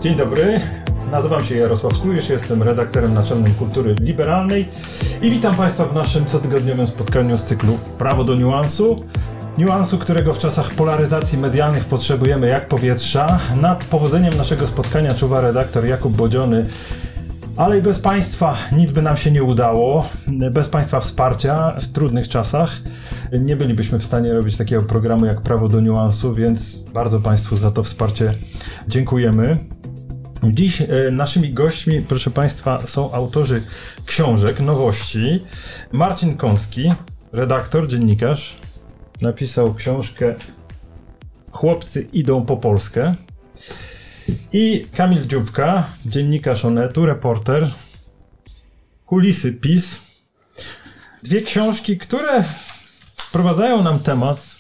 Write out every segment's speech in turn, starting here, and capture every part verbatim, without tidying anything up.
Dzień dobry, nazywam się Jarosław Skórysz, jestem redaktorem naczelnym Kultury Liberalnej i witam Państwa w naszym cotygodniowym spotkaniu z cyklu Prawo do niuansu. Niuansu, którego w czasach polaryzacji medialnych potrzebujemy jak powietrza. Nad powodzeniem naszego spotkania czuwa redaktor Jakub Bodziony, ale i bez Państwa nic by nam się nie udało. Bez Państwa wsparcia w trudnych czasach nie bylibyśmy w stanie robić takiego programu jak Prawo do niuansu, więc bardzo Państwu za to wsparcie dziękujemy. Dziś naszymi gośćmi, proszę Państwa, są autorzy książek, nowości. Marcin Kącki, redaktor, dziennikarz, napisał książkę Chłopcy idą po Polskę. I Kamil Dziubka, dziennikarz Onetu, reporter, Kulisy PiS. Dwie książki, które wprowadzają nam temat,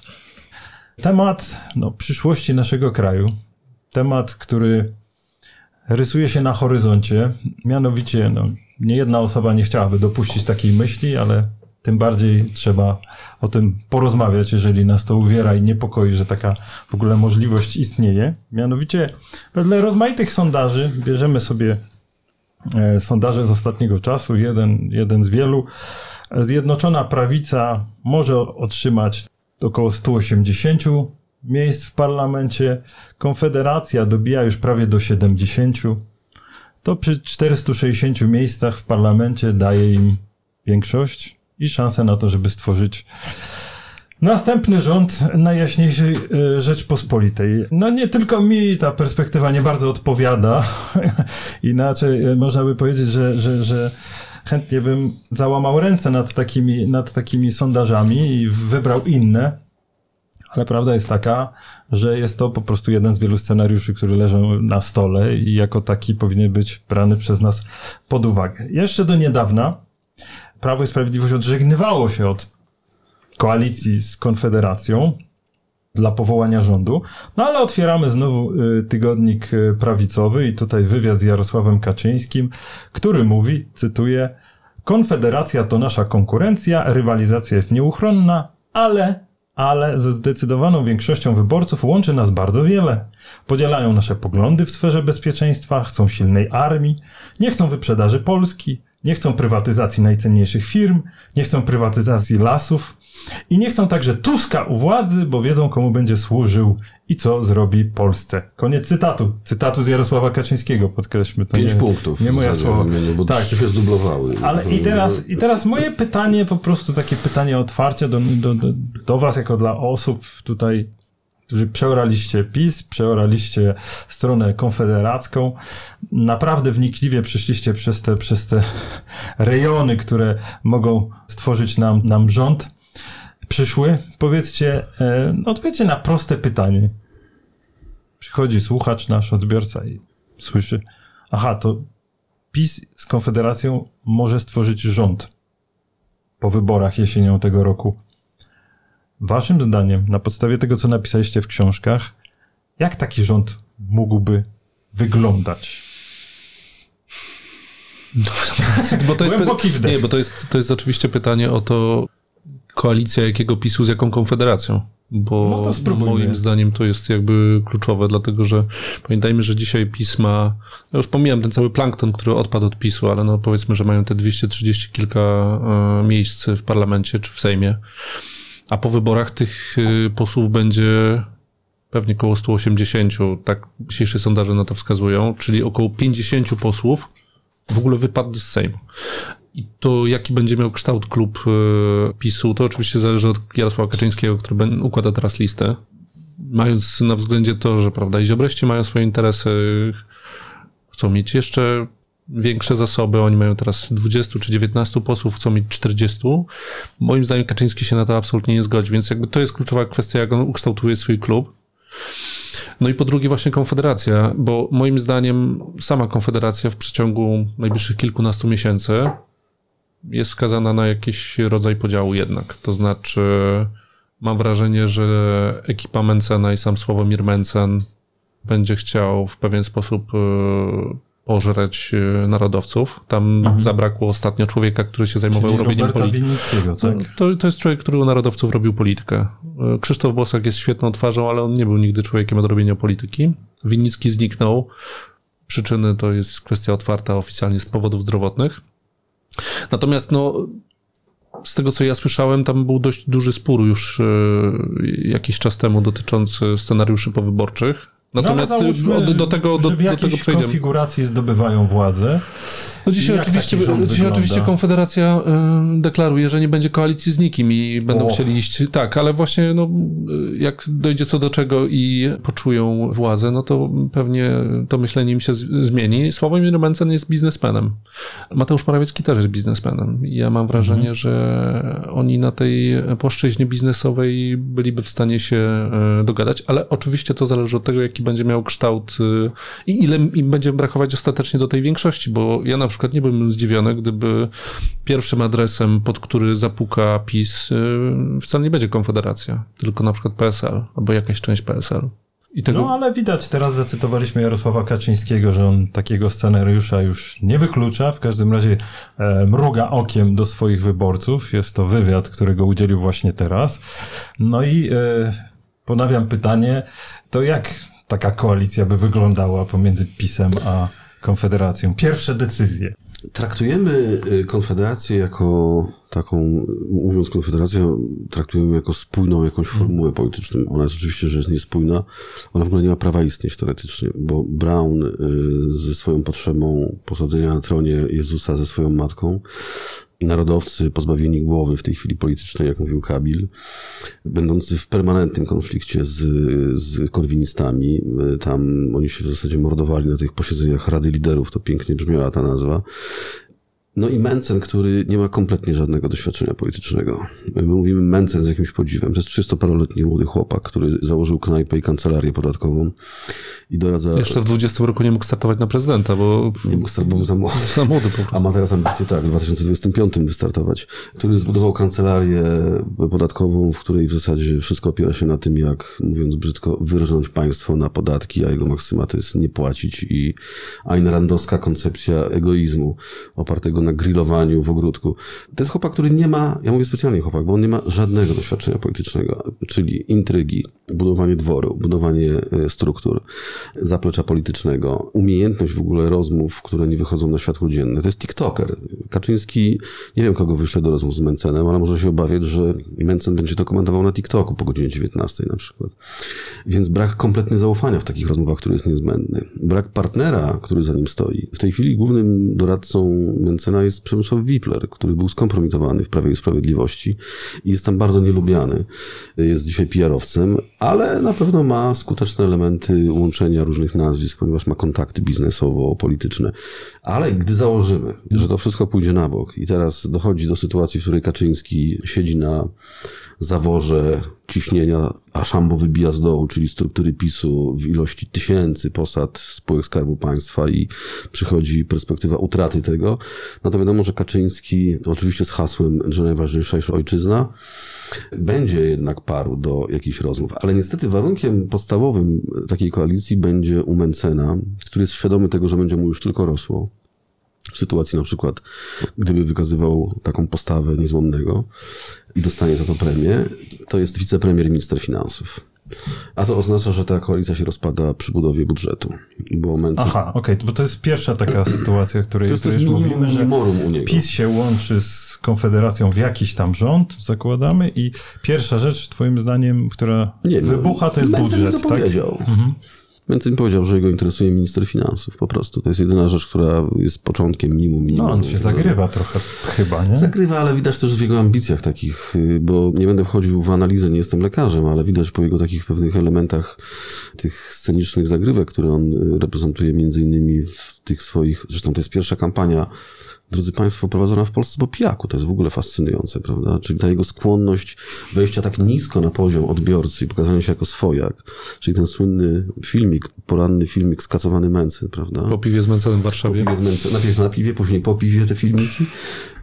temat no, przyszłości naszego kraju. Temat, który rysuje się na horyzoncie. Mianowicie, no, nie jedna osoba nie chciałaby dopuścić takiej myśli, ale tym bardziej trzeba o tym porozmawiać, jeżeli nas to uwiera i niepokoi, że taka w ogóle możliwość istnieje. Mianowicie, wedle rozmaitych sondaży, bierzemy sobie e, sondaże z ostatniego czasu, jeden, jeden z wielu, Zjednoczona Prawica może otrzymać około sto osiemdziesiąt miejsc w parlamencie, Konfederacja dobija już prawie do siedemdziesięciu. To przy czterystu sześćdziesięciu miejscach w parlamencie daje im większość i szansę na to, żeby stworzyć następny rząd Najjaśniejszej Rzeczpospolitej. No nie tylko mi ta perspektywa nie bardzo odpowiada. Inaczej można by powiedzieć, że, że, że chętnie bym załamał ręce nad takimi, nad takimi sondażami i wybrał inne. Ale prawda jest taka, że jest to po prostu jeden z wielu scenariuszy, które leżą na stole i jako taki powinien być brany przez nas pod uwagę. Jeszcze do niedawna Prawo i Sprawiedliwość odżegnywało się od koalicji z Konfederacją dla powołania rządu, no ale otwieramy znowu tygodnik prawicowy i tutaj wywiad z Jarosławem Kaczyńskim, który mówi, cytuję: Konfederacja to nasza konkurencja, rywalizacja jest nieuchronna, ale ale ze zdecydowaną większością wyborców łączy nas bardzo wiele. Podzielają nasze poglądy w sferze bezpieczeństwa, chcą silnej armii, nie chcą wyprzedaży Polski, nie chcą prywatyzacji najcenniejszych firm, nie chcą prywatyzacji lasów i nie chcą także Tuska u władzy, bo wiedzą, komu będzie służył i co zrobi Polsce. Koniec cytatu. Cytatu z Jarosława Kaczyńskiego, podkreślmy to. Pięć nie, punktów. Nie moja słowa. Bo tak, trzy się zdublowały. Ale i teraz, i teraz moje pytanie, po prostu takie pytanie otwarcie do, do, do, do was, jako dla osób tutaj, którzy przeoraliście PiS, przeoraliście stronę konfederacką. Naprawdę wnikliwie przeszliście przez te, przez te rejony, które mogą stworzyć nam, nam rząd przyszły. Powiedzcie, no odpowiedzcie na proste pytanie. Przychodzi słuchacz, nasz odbiorca i słyszy: aha, to PiS z Konfederacją może stworzyć rząd po wyborach jesienią tego roku. Waszym zdaniem, na podstawie tego, co napisaliście w książkach, jak taki rząd mógłby wyglądać? No, bo to jest, pe- nie, bo to jest, to jest oczywiście pytanie o to, koalicja jakiego PiSu z jaką Konfederacją. Bo no moim zdaniem to jest jakby kluczowe, dlatego że pamiętajmy, że dzisiaj PiS ma, ja już pomijam ten cały plankton, który odpadł od PiSu, ale no powiedzmy, że mają te dwieście trzydzieści kilka e, miejsc w parlamencie czy w Sejmie. A po wyborach tych posłów będzie pewnie około sto osiemdziesiąt, tak dzisiejsze sondaże na to wskazują, czyli około pięćdziesięciu posłów w ogóle wypadnie z Sejmu. I to jaki będzie miał kształt klub PiSu, to oczywiście zależy od Jarosława Kaczyńskiego, który układa teraz listę. Mając na względzie to, że prawda, i ziobreści mają swoje interesy, chcą mieć jeszcze większe zasoby, oni mają teraz dwudziestu czy dziewiętnastu posłów, chcą mieć czterdziestu. Moim zdaniem Kaczyński się na to absolutnie nie zgodzi, więc jakby to jest kluczowa kwestia, jak on ukształtuje swój klub. No i po drugie właśnie Konfederacja, bo moim zdaniem sama Konfederacja w przeciągu najbliższych kilkunastu miesięcy jest skazana na jakiś rodzaj podziału jednak. To znaczy mam wrażenie, że ekipa Mentzena i sam Sławomir Mentzen będzie chciał w pewien sposób pożreć narodowców. Tam mhm. zabrakło ostatnio człowieka, który się zajmował Czyli robieniem polityki. Tak? To, to jest człowiek, który u narodowców robił politykę. Krzysztof Bosak jest świetną twarzą, ale on nie był nigdy człowiekiem od robienia polityki. Winnicki zniknął. przyczyny to jest kwestia otwarta oficjalnie z powodów zdrowotnych. Natomiast no, z tego co ja słyszałem, tam był dość duży spór już jakiś czas temu dotyczący scenariuszy powyborczych. Natomiast no, załóżmy, do, do tego, do, że w do tego przejdziemy. konfiguracji zdobywają władzę. No dzisiaj oczywiście, dzisiaj oczywiście Konfederacja y, deklaruje, że nie będzie koalicji z nikim i będą o. chcieli iść, tak, ale właśnie no, jak dojdzie co do czego i poczują władzę, no to pewnie to myślenie im się z, zmieni. Sławomir Mencen jest biznesmenem. Mateusz Morawiecki też jest biznesmenem. Ja mam wrażenie, mhm. że oni na tej płaszczyźnie biznesowej byliby w stanie się y, dogadać, ale oczywiście to zależy od tego, jaki będzie miał kształt y, i ile im będzie brakować ostatecznie do tej większości, bo ja na przykład nie byłbym zdziwiony, gdyby pierwszym adresem, pod który zapuka PiS, wcale nie będzie Konfederacja, tylko na przykład P S L albo jakaś część P S L. I tego... No ale widać, teraz zacytowaliśmy Jarosława Kaczyńskiego, że on takiego scenariusza już nie wyklucza, w każdym razie e, mruga okiem do swoich wyborców. Jest to wywiad, którego udzielił właśnie teraz. No i e, ponawiam pytanie, to jak taka koalicja by wyglądała pomiędzy PiS-em a Konfederacją? Pierwsze decyzje. Traktujemy Konfederację jako taką, mówiąc Konfederację, traktujemy jako spójną jakąś formułę polityczną. Ona jest oczywiście, że jest niespójna. Ona w ogóle nie ma prawa istnieć teoretycznie, bo Braun ze swoją potrzebą posadzenia na tronie Jezusa ze swoją matką i narodowcy pozbawieni głowy w tej chwili politycznej, jak mówił Kabil, będący w permanentnym konflikcie z, z korwinistami. Tam oni się w zasadzie mordowali na tych posiedzeniach Rady Liderów, to pięknie brzmiała ta nazwa. No i Mencen, który nie ma kompletnie żadnego doświadczenia politycznego. My mówimy Mencen z jakimś podziwem. To jest trzystoparoletni młody chłopak, który założył knajpę i kancelarię podatkową i doradza... Jeszcze w dwudziestym roku nie mógł startować na prezydenta, bo... Nie mógł startować, był za młody. Za młody po prostu. A ma teraz ambicje, tak, w dwa tysiące dwudziestym piątym wystartować. Który zbudował kancelarię podatkową, w której w zasadzie wszystko opiera się na tym, jak, mówiąc brzydko, wyrżnąć państwo na podatki, a jego maksyma to jest nie płacić i ajnrandowska koncepcja egoizmu opartego na grillowaniu w ogródku. To jest chłopak, który nie ma, ja mówię specjalnie chłopak, bo on nie ma żadnego doświadczenia politycznego, czyli intrygi, budowanie dworu, budowanie struktur, zaplecza politycznego, umiejętność w ogóle rozmów, które nie wychodzą na światło dzienne. To jest TikToker. Kaczyński, nie wiem kogo wyśle do rozmów z Mencenem, ale może się obawiać, że Mencen będzie to komentował na TikToku po godzinie dziewiętnastej na przykład. Więc brak kompletnie zaufania w takich rozmowach, który jest niezbędny. Brak partnera, który za nim stoi. W tej chwili głównym doradcą Mencena jest Przemysław Wipler, który był skompromitowany w Prawie i Sprawiedliwości i jest tam bardzo nielubiany. Jest dzisiaj P R-owcem, ale na pewno ma skuteczne elementy łączenia różnych nazwisk, ponieważ ma kontakty biznesowo-polityczne. Ale gdy założymy, że to wszystko pójdzie na bok i teraz dochodzi do sytuacji, w której Kaczyński siedzi na zaworze ciśnienia, a szambo wybija z dołu, czyli struktury PiSu w ilości tysięcy posad spółek Skarbu Państwa i przychodzi perspektywa utraty tego, no to wiadomo, że Kaczyński, oczywiście z hasłem, że najważniejsza jest ojczyzna, będzie jednak paru do jakichś rozmów. Ale niestety warunkiem podstawowym takiej koalicji będzie u Mencena, który jest świadomy tego, że będzie mu już tylko rosło. W sytuacji na przykład, gdyby wykazywał taką postawę niezłomnego i dostanie za to premię, to jest wicepremier i minister finansów. A to oznacza, że ta koalicja się rozpada przy budowie budżetu. Bo Mencen... Aha, okej, okay, bo to jest pierwsza taka sytuacja, w której to już mówimy, że PiS się łączy z Konfederacją w jakiś tam rząd, zakładamy, i pierwsza rzecz, twoim zdaniem, która nie, wybucha, to jest Mencen budżet, to tak? powiedział. Mhm. Mencen powiedział, że jego interesuje minister finansów, po prostu. To jest jedyna rzecz, która jest początkiem minimum. minimum no, on się zagrywa trochę chyba, nie? Zagrywa, ale widać też w jego ambicjach takich, bo nie będę wchodził w analizę, nie jestem lekarzem, ale widać po jego takich pewnych elementach tych scenicznych zagrywek, które on reprezentuje między innymi w tych swoich, zresztą to jest pierwsza kampania, drodzy Państwo, prowadzona w Polsce po pijaku. To jest w ogóle fascynujące, prawda? Czyli ta jego skłonność wejścia tak nisko na poziom odbiorcy i pokazania się jako swojak. Czyli ten słynny filmik, poranny filmik Skacowany Mencen, prawda? Po piwie z Mencenem w Warszawie. Po piwie z Mencen, najpierw na piwie, później po piwie te filmiki.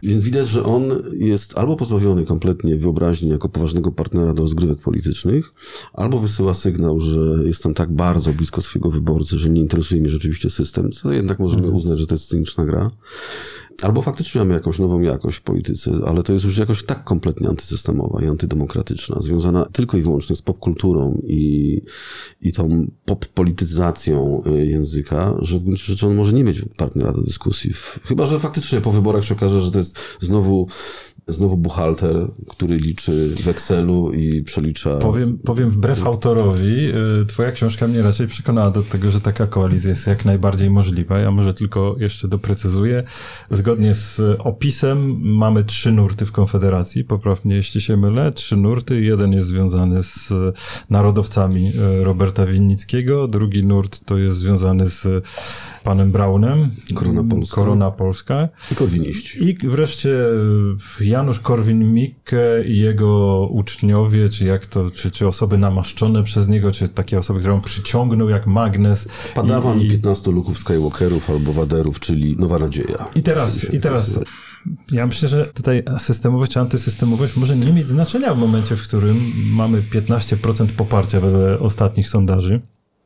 Więc widać, że on jest albo pozbawiony kompletnie wyobraźni jako poważnego partnera do rozgrywek politycznych, albo wysyła sygnał, że jestem tak bardzo blisko swojego wyborcy, że nie interesuje mnie rzeczywiście system, co jednak możemy uznać, że to jest cyniczna gra. Albo faktycznie mamy jakąś nową jakość w polityce, ale to jest już jakoś tak kompletnie antysystemowa i antydemokratyczna, związana tylko i wyłącznie z popkulturą i, i tą pop-polityzacją języka, że w gruncie rzeczy on może nie mieć partnera do dyskusji. Chyba że faktycznie po wyborach się okaże, że to jest znowu Znowu buchalter, który liczy w Excelu i przelicza... Powiem, powiem wbrew autorowi, twoja książka mnie raczej przekonała do tego, że taka koalicja jest jak najbardziej możliwa. Ja może tylko jeszcze doprecyzuję. Zgodnie z opisem mamy trzy nurty w Konfederacji, popraw mnie jeśli się mylę. Trzy nurty. Jeden jest związany z narodowcami Roberta Winnickiego, drugi nurt to jest związany z panem Braunem. Korona Polska. Korona Polska. I korwiniści. I wreszcie Janusz Korwin-Mikke i jego uczniowie, czy jak to, czy, czy osoby namaszczone przez niego, czy takie osoby, które on przyciągnął jak magnes. Padawan i piętnastu luków Skywalkerów albo Waderów, czyli Nowa Nadzieja. I teraz, i teraz ja myślę, że tutaj systemowość czy antysystemowość może nie mieć znaczenia w momencie, w którym mamy piętnaście procent poparcia wedle ostatnich sondaży.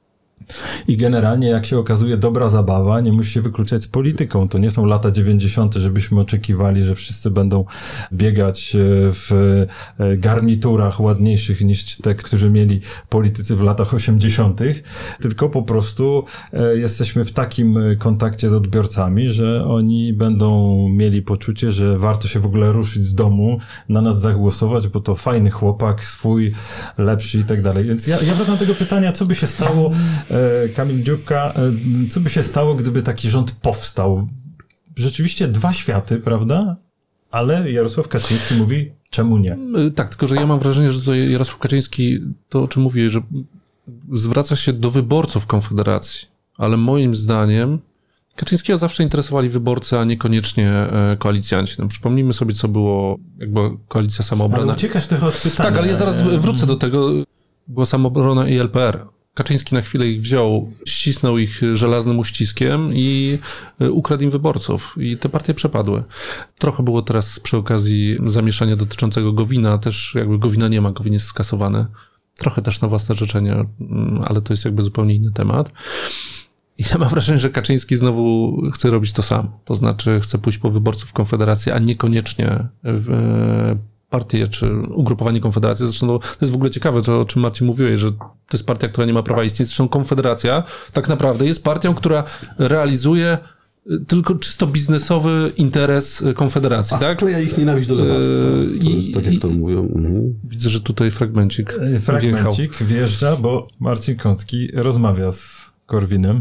I generalnie, jak się okazuje, dobra zabawa nie musi się wykluczać z polityką. To nie są lata dziewięćdziesiąte, żebyśmy oczekiwali, że wszyscy będą biegać w garniturach ładniejszych niż te, którzy mieli politycy w latach osiemdziesiątych, tylko po prostu jesteśmy w takim kontakcie z odbiorcami, że oni będą mieli poczucie, że warto się w ogóle ruszyć z domu, na nas zagłosować, bo to fajny chłopak, swój, lepszy i tak dalej. Więc ja, ja wracam do tego pytania, co by się stało, Kamil Dziubka, co by się stało, gdyby taki rząd powstał? Rzeczywiście dwa światy, prawda? Ale Jarosław Kaczyński mówi, czemu nie? Tak, tylko że ja mam wrażenie, że tutaj Jarosław Kaczyński, to o czym mówię, że zwraca się do wyborców Konfederacji, ale moim zdaniem Kaczyńskiego zawsze interesowali wyborcy, a niekoniecznie koalicjanci. No, przypomnijmy sobie, co było, jak była koalicja Samoobrona. Ale uciekasz trochę od pytania. Tak, ale ja zaraz wrócę do tego. Była Samoobrona i L P R. Kaczyński na chwilę ich wziął, ścisnął ich żelaznym uściskiem i ukradł im wyborców. I te partie przepadły. Trochę było teraz przy okazji zamieszania dotyczącego Gowina. Też jakby Gowina nie ma, Gowin jest skasowany. Trochę też na własne życzenie, ale to jest jakby zupełnie inny temat. I ja mam wrażenie, że Kaczyński znowu chce robić to samo. To znaczy chce pójść po wyborców Konfederacji, a niekoniecznie w partię czy ugrupowanie Konfederacji. Zresztą no, to jest w ogóle ciekawe, to, o czym Marcin mówiłeś, że to jest partia, która nie ma prawa istnieć. Zresztą Konfederacja tak naprawdę jest partią, która realizuje tylko czysto biznesowy interes Konfederacji. A tak? skleja ich nienawiść do lewactwa. To jest tak, jak to mówią. Mhm. Widzę, że tutaj fragmencik Fragmencik wjechał. wjeżdża, bo Marcin Kącki rozmawia z Korwinem.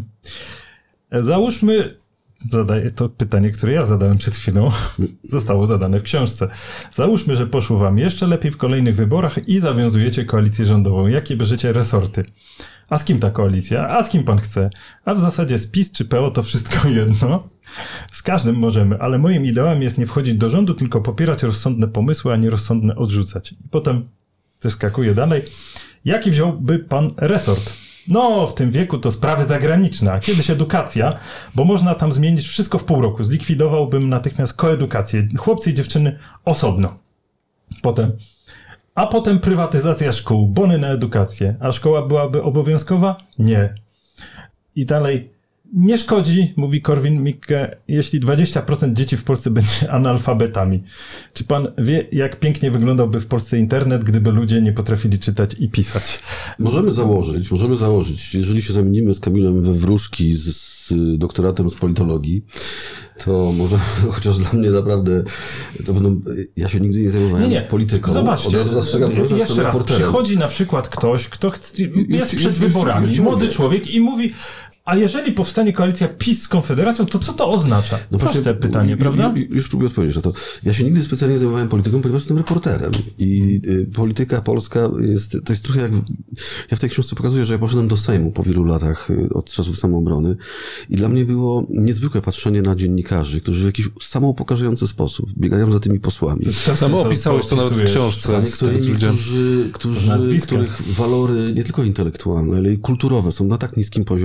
Załóżmy, zadaję to pytanie, które ja zadałem przed chwilą, zostało zadane w książce. Załóżmy, że poszło wam jeszcze lepiej w kolejnych wyborach i zawiązujecie koalicję rządową. Jakie bierzecie resorty? A z kim ta koalicja? A z kim pan chce? A w zasadzie z PiS czy P O to wszystko jedno. Z każdym możemy, ale moim ideałem jest nie wchodzić do rządu, tylko popierać rozsądne pomysły, a nie rozsądne odrzucać. I potem zeskakuję dalej. Jaki wziąłby pan resort? No, w tym wieku to sprawy zagraniczne, a kiedyś edukacja, bo można tam zmienić wszystko w pół roku. Zlikwidowałbym natychmiast koedukację. Chłopcy i dziewczyny osobno. Potem, a potem prywatyzacja szkół, bony na edukację. A szkoła byłaby obowiązkowa? Nie. I dalej, nie szkodzi, mówi Korwin-Mikke, jeśli dwadzieścia procent dzieci w Polsce będzie analfabetami. Czy pan wie, jak pięknie wyglądałby w Polsce internet, gdyby ludzie nie potrafili czytać i pisać? Możemy założyć, możemy założyć, jeżeli się zamienimy z Kamilem we wróżki z, z doktoratem z politologii, to może, chociaż dla mnie naprawdę, to będą, ja się nigdy nie zajmowałem nie, nie. polityką. Zobaczcie, od razu zastrzegam, że jeszcze raz, reporterem. Przychodzi na przykład ktoś, kto chce, jest już, przed już, wyborami, już, już młody człowiek i mówi, a jeżeli powstanie koalicja PiS z Konfederacją, to co to oznacza? No proste właśnie, pytanie, ju, prawda? Ju, już próbuję odpowiedzieć na to. Ja się nigdy specjalnie nie zajmowałem polityką, ponieważ jestem reporterem. I y, polityka polska jest, to jest trochę jak... Ja w tej książce pokazuję, że ja poszedłem do Sejmu po wielu latach y, od czasów Samoobrony i dla mnie było niezwykłe patrzenie na dziennikarzy, którzy w jakiś samoupokarzający sposób biegają za tymi posłami. Samo opisałeś to nawet w książce. A niektórymi, którzy, którzy, których walory nie tylko intelektualne, ale i kulturowe są na tak niskim poziomie.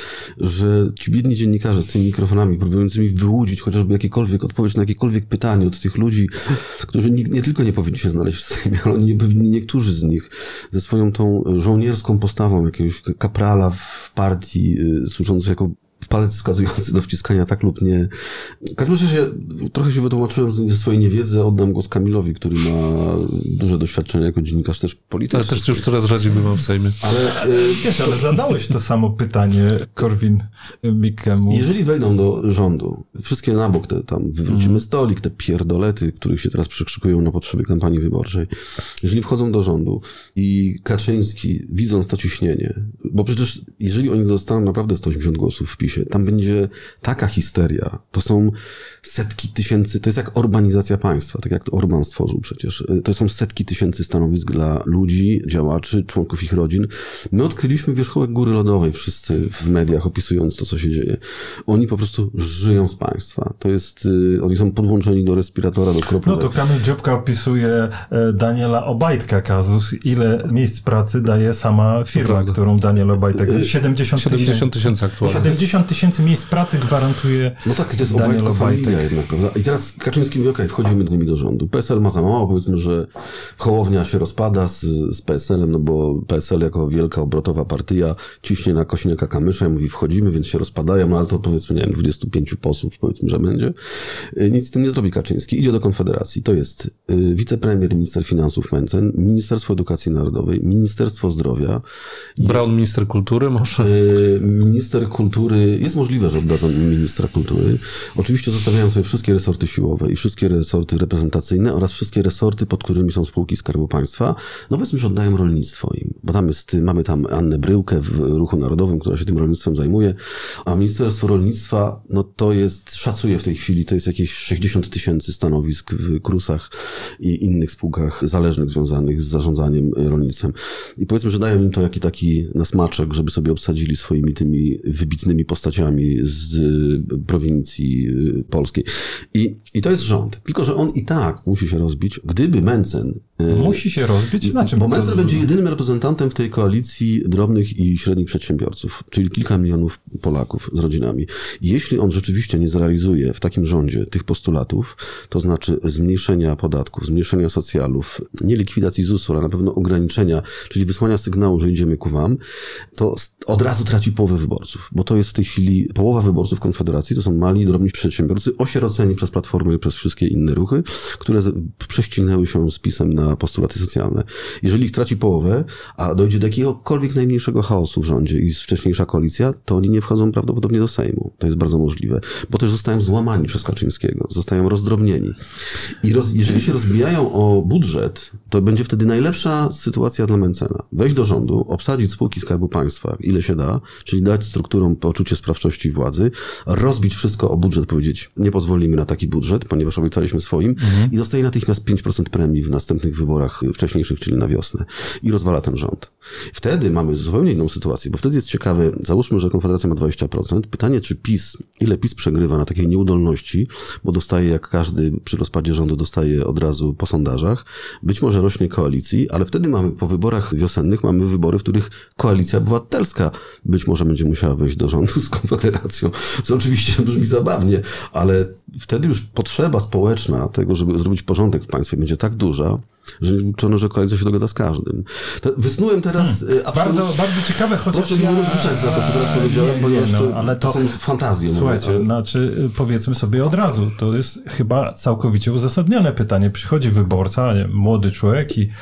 że ci biedni dziennikarze z tymi mikrofonami, próbującymi wyłudzić chociażby jakiekolwiek odpowiedź na jakiekolwiek pytanie od tych ludzi, którzy nie, nie tylko nie powinni się znaleźć w Sejmie, ale oni nie powinni, niektórzy z nich, ze swoją tą żołnierską postawą jakiegoś kaprala w partii, y, służący jako palec wskazujący do wciskania tak lub nie. W każdym razie trochę się wytłumaczyłem ze swojej niewiedzy, oddam głos Kamilowi, który ma duże doświadczenie jako dziennikarz też polityczny. Ale też już coraz rzadziej bywam w Sejmie. Ale, y, wiesz, ale zadałeś to samo pytanie Korwin-Mikkemu. Jeżeli wejdą do rządu, wszystkie na bok, te tam wywrócimy mm. stolik, te pierdolety, których się teraz przekrzykują na potrzeby kampanii wyborczej, jeżeli wchodzą do rządu i Kaczyński, widząc to ciśnienie, bo przecież jeżeli oni dostaną naprawdę sto osiemdziesiąt głosów w PiSie, tam będzie taka histeria. To są setki tysięcy, to jest jak urbanizacja państwa, tak jak to Orban stworzył przecież. To są setki tysięcy stanowisk dla ludzi, działaczy, członków ich rodzin. My odkryliśmy wierzchołek góry lodowej, wszyscy w mediach opisując to, co się dzieje. Oni po prostu żyją z państwa. To jest, oni są podłączeni do respiratora, do kroplowej. No to Kamil Dziobka opisuje Daniela Obajtka kazus, ile miejsc pracy daje sama firma, którą Daniel Obajtek, siedemdziesiąt tysięcy aktualnie. siedemdziesiąt tysięcy miejsc pracy gwarantuje. No tak, to jest Obajtko familia jednak, prawda? I teraz Kaczyński mówi, okej, okay, wchodzimy z nimi do rządu. P S L ma za mało, powiedzmy, że Hołownia się rozpada z, z P S L-em, no bo P S L jako wielka obrotowa partia ciśnie na Kosiniaka-Kamysza i mówi, wchodzimy, więc się rozpadają, no ale to powiedzmy, nie wiem, dwudziestu pięciu posłów, powiedzmy, że będzie. Nic z tym nie zrobi Kaczyński. Idzie do Konfederacji. To jest wicepremier, minister finansów Mencen, Ministerstwo Edukacji Narodowej, Ministerstwo Zdrowia. Braun, minister kultury może? Minister kultury, jest możliwe, że oddadzą ministra kultury. Oczywiście zostawiają sobie wszystkie resorty siłowe i wszystkie resorty reprezentacyjne oraz wszystkie resorty, pod którymi są spółki Skarbu Państwa. No powiedzmy, że oddają rolnictwo im, bo tam jest, mamy tam Annę Bryłkę w Ruchu Narodowym, która się tym rolnictwem zajmuje, a Ministerstwo Rolnictwa, no to jest, szacuję w tej chwili, to jest jakieś sześćdziesiąt tysięcy stanowisk w KRUS-ach i innych spółkach zależnych związanych z zarządzaniem rolnictwem. I powiedzmy, że dają im to jaki taki nasmaczek, żeby sobie obsadzili swoimi tymi wybitnymi postaciami z prowincji polskiej. I, i to jest rząd. Tylko że on i tak musi się rozbić. Gdyby Mencen... Musi się rozbić? Na czym? Bo Mencen to... będzie jedynym reprezentantem w tej koalicji drobnych i średnich przedsiębiorców, czyli kilka milionów Polaków z rodzinami. Jeśli on rzeczywiście nie zrealizuje w takim rządzie tych postulatów, to znaczy zmniejszenia podatków, zmniejszenia socjalów, nie likwidacji zusu, ale na pewno ograniczenia, czyli wysłania sygnału, że idziemy ku wam, to od razu traci połowę wyborców, bo to jest w tej chwili połowa wyborców Konfederacji, to są mali i drobni przedsiębiorcy, osieroceni przez Platformę i przez wszystkie inne ruchy, które prześcignęły się z PiS-em na postulaty socjalne. Jeżeli ich traci połowę, a dojdzie do jakiegokolwiek najmniejszego chaosu w rządzie i wcześniejsza koalicja, to oni nie wchodzą prawdopodobnie do Sejmu. To jest bardzo możliwe, bo też zostają złamani przez Kaczyńskiego, zostają rozdrobnieni. I roz, jeżeli się rozbijają o budżet, to będzie wtedy najlepsza sytuacja dla Mencena. Wejść do rządu, obsadzić spółki Skarbu Państwa, ile się da, czyli dać strukturom poczucie sprawczości władzy, rozbić wszystko o budżet, powiedzieć, nie pozwolimy na taki budżet, ponieważ obiecaliśmy swoim mhm. i dostaje natychmiast pięć procent premii w następnych wyborach wcześniejszych, czyli na wiosnę. I rozwala ten rząd. Wtedy mamy zupełnie inną sytuację, bo wtedy jest ciekawe, załóżmy, że Konfederacja ma dwadzieścia procent. Pytanie, czy PiS, ile PiS przegrywa na takiej nieudolności, bo dostaje, jak każdy przy rozpadzie rządu dostaje od razu po sondażach, być może rośnie koalicji, ale wtedy mamy po wyborach wiosennych, mamy wybory, w których koalicja obywatelska być może będzie musiała wejść do rządu z Konfederacją, co oczywiście brzmi zabawnie, ale wtedy już potrzeba społeczna tego, żeby zrobić porządek w państwie, będzie tak duża, że nie wykluczono, że koalicja się dogada z każdym. To wysnułem teraz... Hmm, bardzo, bardzo ciekawe, chociaż proszę ja... nie rozliczać za to, co teraz powiedziałem, ponieważ no, to, ale to, to są fantazje. Słuchajcie, ale... znaczy powiedzmy sobie od razu, to jest chyba całkowicie uzasadnione pytanie. Przychodzi wyborca, nie, młody człowiek i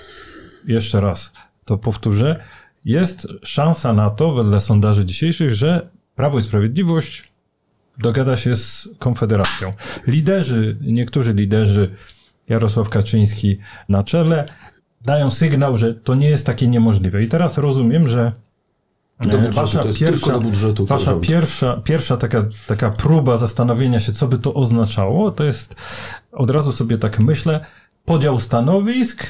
jeszcze raz to powtórzę, jest szansa na to, wedle sondaży dzisiejszych, że Prawo i Sprawiedliwość dogada się z Konfederacją. Liderzy, niektórzy liderzy, Jarosław Kaczyński na czele, dają sygnał, że to nie jest takie niemożliwe. I teraz rozumiem, że budżetu, wasza, pierwsza, budżetu, wasza pierwsza, pierwsza taka, taka próba zastanowienia się, co by to oznaczało, to jest, od razu sobie tak myślę, podział stanowisk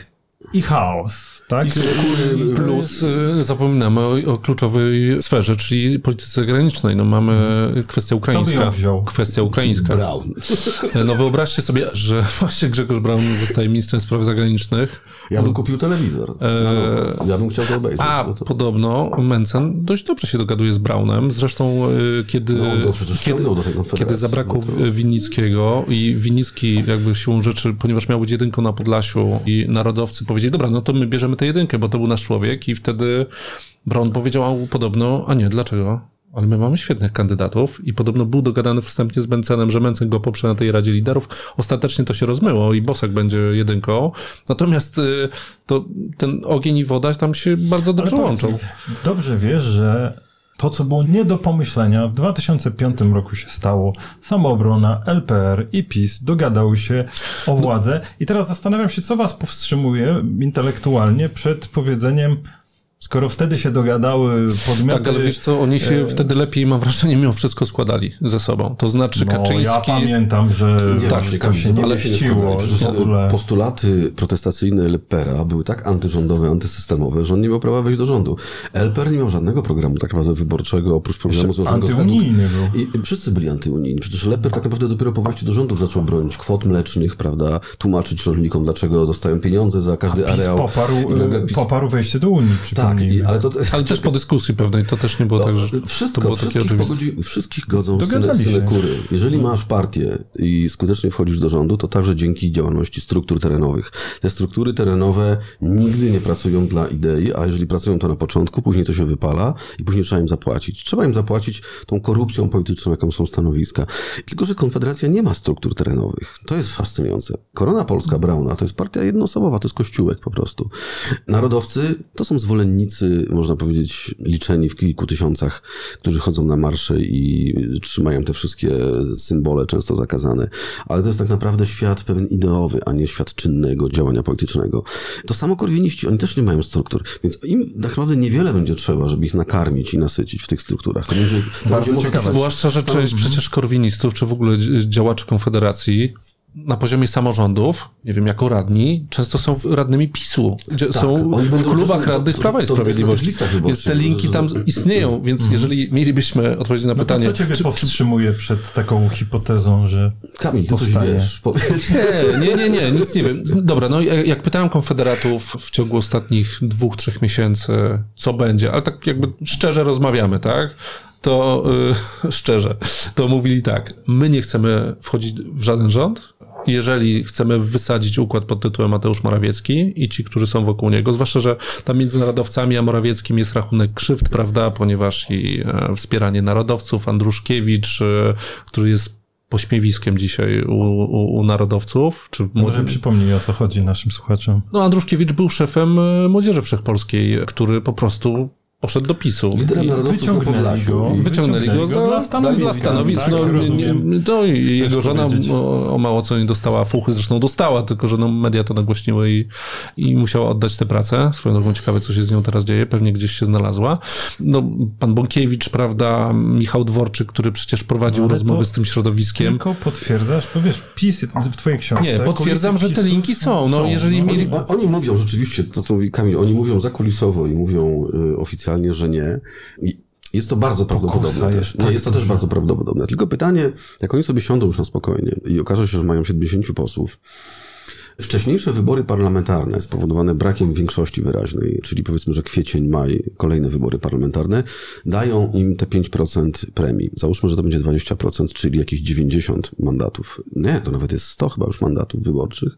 i chaos, tak? I plus y, zapominamy o, o kluczowej sferze, czyli polityce zagranicznej. No mamy kwestię ukraińska. Kwestia ukraińska. Braun. No wyobraźcie sobie, że właśnie Grzegorz Braun zostaje ministrem spraw zagranicznych. Ja bym kupił telewizor. E... Ja bym chciał to obejrzeć. A to... podobno Mencen dość dobrze się dogaduje z Braunem. Zresztą kiedy, no, kiedy, kiedy zabrakło no to... Winnickiego i Winnicki jakby siłą rzeczy, ponieważ miał być jedynką na Podlasiu i narodowcy powiedzieli, dobra, no to my bierzemy tę jedynkę, bo to był nasz człowiek i wtedy Braun powiedział podobno, a nie, dlaczego? Ale my mamy świetnych kandydatów i podobno był dogadany wstępnie z Mencenem, że Mencen go poprze na tej Radzie Liderów. Ostatecznie to się rozmyło i Bosak będzie jedynką. Natomiast to ten ogień i woda tam się bardzo dobrze łączą. Dobrze wiesz, że to, co było nie do pomyślenia, w dwa tysiące piątym roku się stało. Samoobrona, L P R i PiS dogadały się o władzę. I teraz zastanawiam się, co was powstrzymuje intelektualnie przed powiedzeniem, skoro wtedy się dogadały podmioty... Tak, ale wiesz co, oni się e... wtedy lepiej, mam wrażenie, mimo wszystko składali ze sobą. To znaczy no, Kaczyński... ja pamiętam, że nie, tak, to się nie mieściło. Postulaty protestacyjne L P R a były tak antyrządowe, antysystemowe, że on nie miał prawa wejść do rządu. L P R nie miał żadnego programu tak naprawdę wyborczego, oprócz programu związanego z... Antyunijny był. I wszyscy byli antyunijni. Przecież L P R tak naprawdę dopiero po wejściu do rządu zaczął bronić kwot mlecznych, prawda, tłumaczyć rolnikom, dlaczego dostają pieniądze za każdy A PiS areał. Poparł, PiS... poparł wejście do Unii, tak, i, ale to... Ale też po dyskusji pewnej, to też nie było no, tak, że wszystko, to było wszystkich, takie pogodzi, wszystkich godzą synekury. Jeżeli masz partię i skutecznie wchodzisz do rządu, to także dzięki działalności struktur terenowych. Te struktury terenowe nigdy nie pracują dla idei, a jeżeli pracują to na początku, później to się wypala i później trzeba im zapłacić. Trzeba im zapłacić tą korupcją polityczną, jaką są stanowiska. Tylko że Konfederacja nie ma struktur terenowych. To jest fascynujące. Korona Polska Brauna to jest partia jednoosobowa, to jest kościółek po prostu. Narodowcy to są zwolennicy, można powiedzieć, liczeni w kilku tysiącach, którzy chodzą na marsze i trzymają te wszystkie symbole, często zakazane. Ale to jest tak naprawdę świat pewien ideowy, a nie świat czynnego działania politycznego. To samo korwiniści, oni też nie mają struktur, więc im tak naprawdę niewiele będzie trzeba, żeby ich nakarmić i nasycić w tych strukturach. To będzie, to Bardzo będzie ciekawe. Zwłaszcza, że część przecież korwinistów, czy w ogóle działaczy Konfederacji na poziomie samorządów, nie wiem, jako radni, często są radnymi PiSu. Gdzie tak, są w klubach to, radnych to, Prawa i Sprawiedliwości. Więc te linki tam istnieją, więc mm. jeżeli mielibyśmy odpowiedzieć na no pytanie... to co ciebie czy, powstrzymuje czy... przed taką hipotezą, że Kamil, ty coś wiesz. Nie, nie, nie, nie, nic nie wiem. Dobra, no jak pytałem konfederatów w ciągu ostatnich dwóch, trzech miesięcy, co będzie, ale tak jakby szczerze rozmawiamy, tak? To yy, szczerze, to mówili tak, my nie chcemy wchodzić w żaden rząd, jeżeli chcemy wysadzić układ pod tytułem Mateusz Morawiecki i ci, którzy są wokół niego, zwłaszcza, że tam między narodowcami a Morawieckim jest rachunek krzywd, prawda, ponieważ i e, wspieranie narodowców, Andruszkiewicz, e, który jest pośmiewiskiem dzisiaj u, u, u narodowców. Czy może może przypomnij, o co chodzi naszym słuchaczom. No, Andruszkiewicz był szefem Młodzieży Wszechpolskiej, który po prostu poszedł do PiSu. Liderem narodowców wyciągnęli go, i wyciągnęli go za, dla stanowisk. Dla stanowisk tak, no, nie, no i jego żona o, o mało co nie dostała fuchy, zresztą dostała, tylko że no, media to nagłośniły i, i musiała oddać tę pracę. Swoją drogą ciekawe, co się z nią teraz dzieje. Pewnie gdzieś się znalazła. No, pan Bąkiewicz, prawda, Michał Dworczyk, który przecież prowadził no, rozmowy z tym środowiskiem. Tylko potwierdzasz, bo wiesz, PiS w twojej książce. Nie, potwierdzam, że te linki są. No, jeżeli no, mieli... oni, oni mówią rzeczywiście, to co mówi Kamil, oni mówią zakulisowo i mówią y, oficjalnie, że nie. I jest to bardzo prawdopodobne. Też. Jest, nie, tak jest to dobrze. też bardzo prawdopodobne. Tylko pytanie, jak oni sobie siądą już na spokojnie i okaże się, że mają siedemdziesięciu posłów, wcześniejsze wybory parlamentarne spowodowane brakiem większości wyraźnej, czyli powiedzmy, że kwiecień, maj, kolejne wybory parlamentarne, dają im te pięć procent premii. Załóżmy, że to będzie dwadzieścia procent, czyli jakieś dziewięćdziesiąt mandatów. Nie, to nawet jest sto chyba już mandatów wyborczych.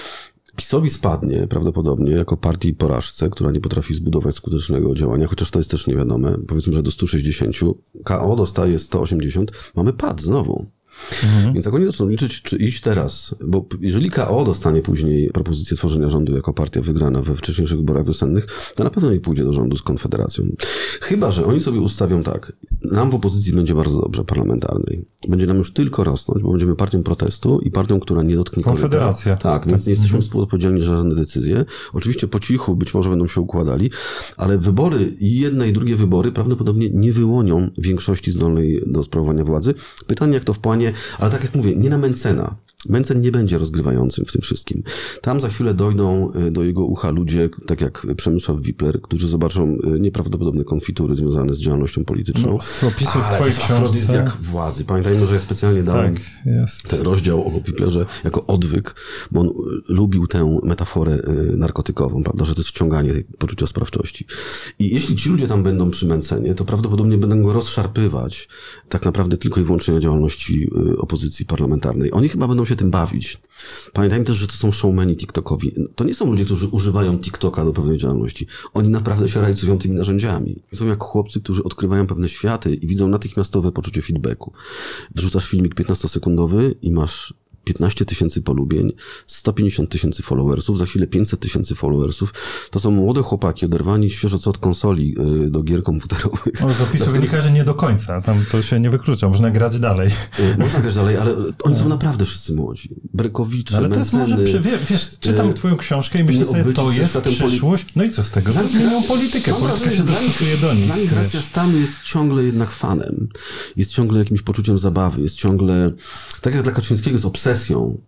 PiS-owi spadnie prawdopodobnie jako partii porażce, która nie potrafi zbudować skutecznego działania, chociaż to jest też niewiadome. Powiedzmy, że do stu sześćdziesięciu. K O dostaje sto osiemdziesiąt. Mamy pad znowu. Mhm. Więc jak oni zaczną liczyć, czy iść teraz, bo jeżeli K O dostanie później propozycję tworzenia rządu jako partia wygrana we wcześniejszych wyborach wiosennych, to na pewno nie pójdzie do rządu z Konfederacją. Chyba że oni sobie ustawią tak, nam w opozycji będzie bardzo dobrze parlamentarnej. Będzie nam już tylko rosnąć, bo będziemy partią protestu i partią, która nie dotknie Konfederacja. Tak, tak, więc nie jesteśmy współodpowiedzialni za żadne decyzje. Oczywiście po cichu być może będą się układali, ale wybory i jedne i drugie wybory prawdopodobnie nie wyłonią większości zdolnej do sprawowania władzy. Pytanie, jak to wpłanie, ale tak jak mówię, nie na Mencena. Mencen nie będzie rozgrywającym w tym wszystkim. Tam za chwilę dojdą do jego ucha ludzie, tak jak Przemysław Wipler, którzy zobaczą nieprawdopodobne konfitury związane z działalnością polityczną. No, opisów w twojej książce. Afrodyzjak władzy. Pamiętajmy, że ja specjalnie dałem tak, jest. ten rozdział o Wiplerze jako odwyk, bo on lubił tę metaforę narkotykową, prawda, że to jest wciąganie tej poczucia sprawczości. I jeśli ci ludzie tam będą przy Mencenie, to prawdopodobnie będą go rozszarpywać tak naprawdę tylko i wyłącznie na działalności opozycji parlamentarnej. Oni chyba będą się tym bawić. Pamiętajmy też, że to są showmeni TikTokowi. To nie są ludzie, którzy używają TikToka do pewnej działalności. Oni naprawdę się rajcują tymi narzędziami. Są jak chłopcy, którzy odkrywają pewne światy i widzą natychmiastowe poczucie feedbacku. Wrzucasz filmik piętnastosekundowy i masz piętnaście tysięcy polubień, sto pięćdziesiąt tysięcy followersów, za chwilę pięćset tysięcy followersów. To są młode chłopaki oderwani świeżo co od konsoli yy, do gier komputerowych. No, z opisu wynika, że nie do końca. Tam to się nie wyklucza. Można grać dalej. Yy, można grać dalej, ale oni są naprawdę wszyscy młodzi. Brekowicze, ale to jest może, wiesz, wiesz, czytam twoją książkę i myślę sobie, to jest przyszłość. No i co z tego? To zmienią politykę. Polityka się dostosuje do nich. Dla nich racja stanu jest ciągle jednak fanem. Jest ciągle jakimś poczuciem zabawy. Jest ciągle, tak jak dla Kaczyńskiego jest obsesja,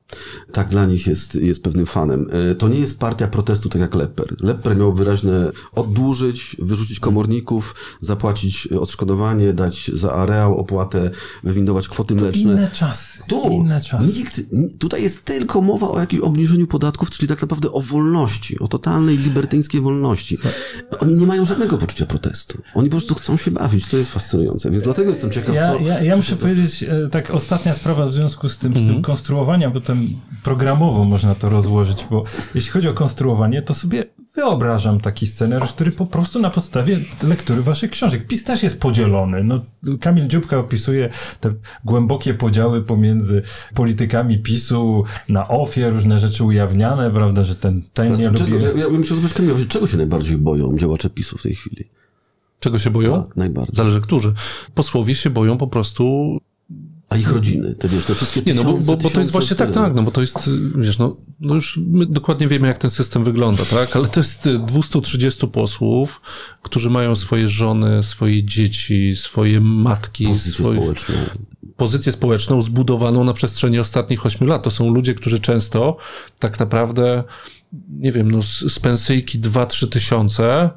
tak dla nich jest, jest pewnym fanem. To nie jest partia protestu, tak jak Lepper. Lepper miał wyraźne oddłużyć, wyrzucić komorników, zapłacić odszkodowanie, dać za areał opłatę, wywindować kwoty mleczne. Inne czasy. Tu, inne czasy. Nikt, tutaj jest tylko mowa o jakimś obniżeniu podatków, czyli tak naprawdę o wolności, o totalnej libertyńskiej wolności. Oni nie mają żadnego poczucia protestu. Oni po prostu chcą się bawić. To jest fascynujące. Więc dlatego jestem ciekaw, ja, co... Ja, ja muszę powiedzieć, tak ostatnia sprawa w związku z tym, mm. z tym konstruowaniem, potem programowo można to rozłożyć, bo jeśli chodzi o konstruowanie, to sobie wyobrażam taki scenariusz, który po prostu na podstawie lektury waszych książek. PiS też jest podzielony. No, Kamil Dziubka opisuje te głębokie podziały pomiędzy politykami PiSu na ofie, różne rzeczy ujawniane, prawda, że ten, ten nie czego, lubi... Ja, ja bym chciał zapytać Kamila, czego się najbardziej boją działacze PiSu w tej chwili? Czego się boją? Tak, najbardziej. Zależy którzy. Posłowie się boją po prostu... A ich rodziny, te wiesz, te wszystkie Nie, no bo, tysiące, bo, bo to jest właśnie tak, tak, no bo to jest, wiesz, no, no już my dokładnie wiemy, jak ten system wygląda, tak, ale to jest dwieście trzydzieści posłów, którzy mają swoje żony, swoje dzieci, swoje matki, pozycję swoje... społeczną. Pozycję społeczną zbudowaną na przestrzeni ostatnich ośmiu lat. To są ludzie, którzy często tak naprawdę, nie wiem, no z, z pensyjki dwa trzy tysiące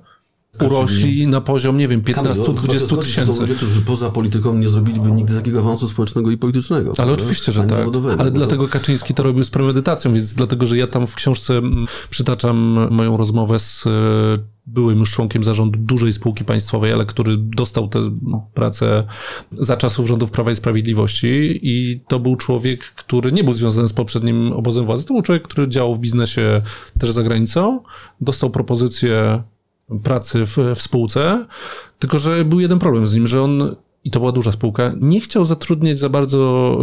urośli na poziom, nie wiem, piętnaście dwadzieścia tysięcy. To są ludzie, którzy poza polityką nie zrobiliby nigdy takiego awansu społecznego i politycznego. Ale prawda? oczywiście, że Ani tak. zawodowego, Ale to... dlatego Kaczyński to robił z premedytacją, więc dlatego, że ja tam w książce przytaczam moją rozmowę z byłym już członkiem zarządu dużej spółki państwowej, ale który dostał tę pracę za czasów rządów Prawa i Sprawiedliwości i to był człowiek, który nie był związany z poprzednim obozem władzy. To był człowiek, który działał w biznesie też za granicą, dostał propozycję pracy w, w spółce, tylko że był jeden problem z nim, że on, i to była duża spółka, nie chciał zatrudniać za bardzo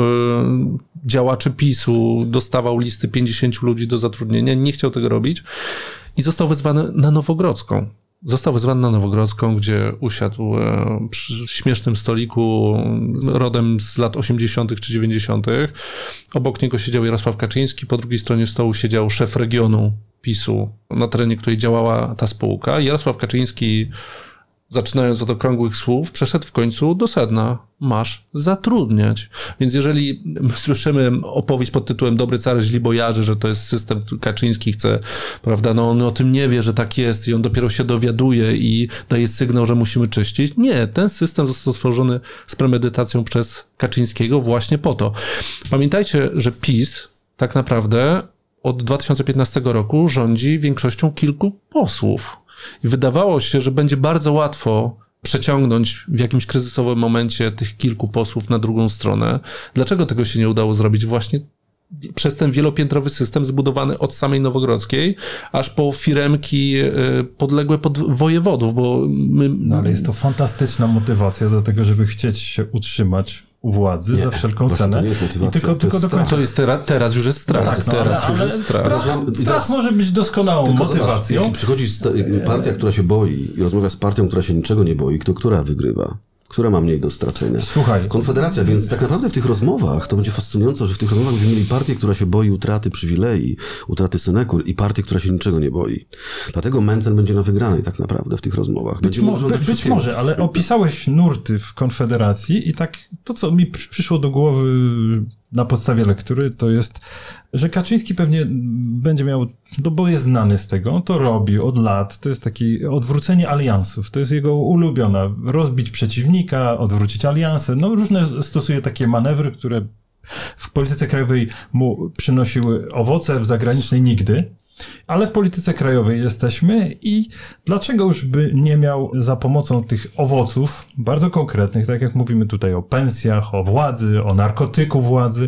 y, działaczy PiSu, dostawał listy pięćdziesięciu ludzi do zatrudnienia, nie chciał tego robić i został wezwany na Nowogrodzką. Został wezwany na Nowogrodzką, gdzie usiadł e, przy śmiesznym stoliku rodem z lat osiemdziesiątych czy dziewięćdziesiątych. Obok niego siedział Jarosław Kaczyński, po drugiej stronie stołu siedział szef regionu PiSu, na terenie której działała ta spółka. Jarosław Kaczyński, zaczynając od okrągłych słów, przeszedł w końcu do sedna. Masz zatrudniać. Więc jeżeli słyszymy opowieść pod tytułem Dobry car, źli bojarzy, że to jest system, Kaczyński chce, prawda, no on o tym nie wie, że tak jest i on dopiero się dowiaduje i daje sygnał, że musimy czyścić. Nie, ten system został stworzony z premedytacją przez Kaczyńskiego właśnie po to. Pamiętajcie, że PiS tak naprawdę od dwa tysiące piętnastego roku rządzi większością kilku posłów. I wydawało się, że będzie bardzo łatwo przeciągnąć w jakimś kryzysowym momencie tych kilku posłów na drugą stronę. Dlaczego tego się nie udało zrobić? Właśnie przez ten wielopiętrowy system zbudowany od samej Nowogrodzkiej, aż po firemki podległe pod wojewodów, bo my... No ale jest to fantastyczna motywacja do tego, żeby chcieć się utrzymać u władzy nie, za wszelką cenę. To nie jest motywacja. I tylko, to, tylko jest do końca... to jest teraz, teraz już jest strach. Tak, no, teraz ale, już ale jest strach. strach, strach teraz... może być doskonałą tylko motywacją. Jeśli przychodzi partia, która się boi i rozmawia z partią, która się niczego nie boi, to która wygrywa? Która ma mniej do stracenia? Słuchaj. Konfederacja, więc tak naprawdę w tych rozmowach, to będzie fascynujące, że w tych rozmowach będziemy mieli partię, która się boi utraty przywilei, utraty synekur i partię, która się niczego nie boi. Dlatego Mencen będzie na wygranej tak naprawdę w tych rozmowach. Być, mo- by, być może, ale opisałeś nurty w Konfederacji i tak to, co mi przyszło do głowy na podstawie lektury, to jest, że Kaczyński pewnie będzie miał, no bo jest znany z tego, on to robi od lat, to jest takie odwrócenie aliansów, to jest jego ulubiona, rozbić przeciwnika, odwrócić alianse, no różne stosuje takie manewry, które w polityce krajowej mu przynosiły owoce, w zagranicznej nigdy. Ale w polityce krajowej jesteśmy i dlaczego już by nie miał za pomocą tych owoców, bardzo konkretnych, tak jak mówimy tutaj o pensjach, o władzy, o narkotyku władzy,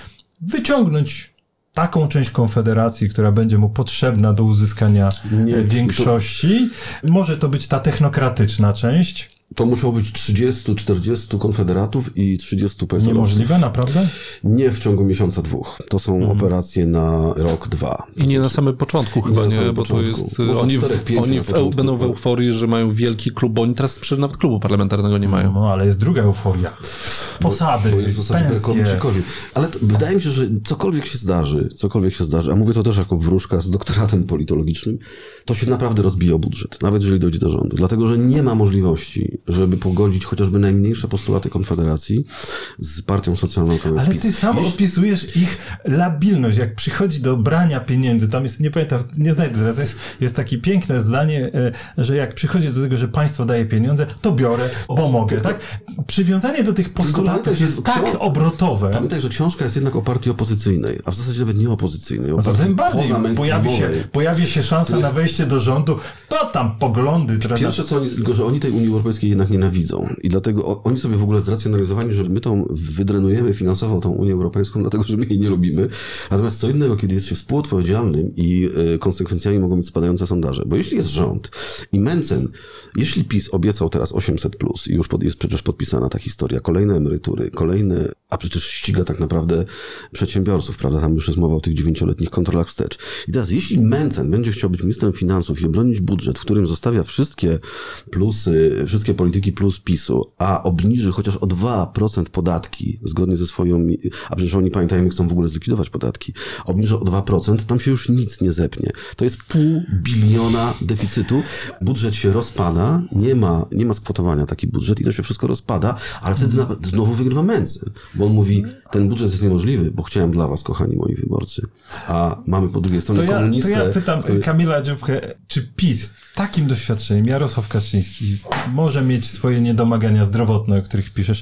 wyciągnąć taką część Konfederacji, która będzie mu potrzebna do uzyskania nie, większości. To... Może to być ta technokratyczna część. To musiało być trzydziestu, czterdziestu konfederatów i trzydziestu P S L-owców. Niemożliwe, naprawdę? Nie w ciągu miesiąca, dwóch. To są mhm. operacje na rok, dwa. I nie znaczy, na samym początku chyba, nie? nie? Bo początku. to jest... Może oni czterech, w, oni w, początku, będą w euforii, że mają wielki klub, bo oni teraz przecież nawet klubu parlamentarnego nie mają. No, ale jest druga euforia. Posady, bo, bo jest w zasadzie pensje. Ale to, wydaje mi się, że cokolwiek się zdarzy, cokolwiek się zdarzy, a mówię to też jako wróżka z doktoratem politologicznym, to się naprawdę rozbije o budżet, nawet jeżeli dojdzie do rządu. Dlatego, że nie ma możliwości, żeby pogodzić chociażby najmniejsze postulaty Konfederacji z partią socjalną, którą jest Ale PiS. ty sam Jeśli... opisujesz ich labilność, jak przychodzi do brania pieniędzy, tam jest, nie pamiętam, nie znajdę teraz, jest, jest takie piękne zdanie, że jak przychodzi do tego, że państwo daje pieniądze, to biorę, bo mogę, tylko, tak? Przywiązanie do tych postulatów jest tak książ... obrotowe. Pamiętaj, że książka jest jednak o partii opozycyjnej, a w zasadzie nawet nie opozycyjnej, o no partii tym bardziej pojawi się, pojawi się szansa Który... na wejście do rządu, to tam poglądy. Pierwsze co oni, tylko że oni tej Unii Europejskiej jednak nienawidzą i dlatego oni sobie w ogóle zracjonalizowali, że my tą wydrenujemy finansowo tą Unię Europejską, dlatego że my jej nie lubimy. Natomiast co innego, kiedy jest się współodpowiedzialnym i y, konsekwencjami mogą być spadające sondaże. Bo jeśli jest rząd i Mencen, jeśli PiS obiecał teraz osiemset plus i już pod, jest przecież podpisana ta historia, kolejne emerytury, kolejne, a przecież ściga tak naprawdę przedsiębiorców, prawda? Tam już jest mowa o tych dziewięcioletnich kontrolach wstecz. I teraz jeśli Mencen będzie chciał być ministrem finansów i obronić budżet, w którym zostawia wszystkie plusy, wszystkie polityki plus PiSu, a obniży chociaż o dwa procent podatki, zgodnie ze swoją, a przecież oni, pamiętajmy, chcą w ogóle zlikwidować podatki, obniży o dwa procent, tam się już nic nie zepnie. To jest pół biliona deficytu, budżet się rozpada, nie ma, nie ma skwotowania taki budżet i to się wszystko rozpada, ale wtedy znowu wygrywa Mencen, bo on mówi, ten budżet jest niemożliwy, bo chciałem dla was, kochani moi wyborcy, a mamy po drugiej stronie to ja, komunistę. To ja pytam który... Kamila Dziubkę, czy PiS z takim doświadczeniem, Jarosław Kaczyński, może mieć swoje niedomagania zdrowotne, o których piszesz,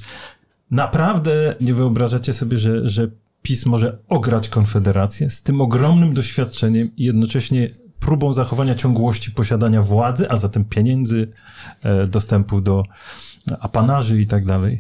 naprawdę nie wyobrażacie sobie, że, że PiS może ograć Konfederację z tym ogromnym doświadczeniem i jednocześnie próbą zachowania ciągłości posiadania władzy, a zatem pieniędzy, e, dostępu do apanarzy i tak dalej?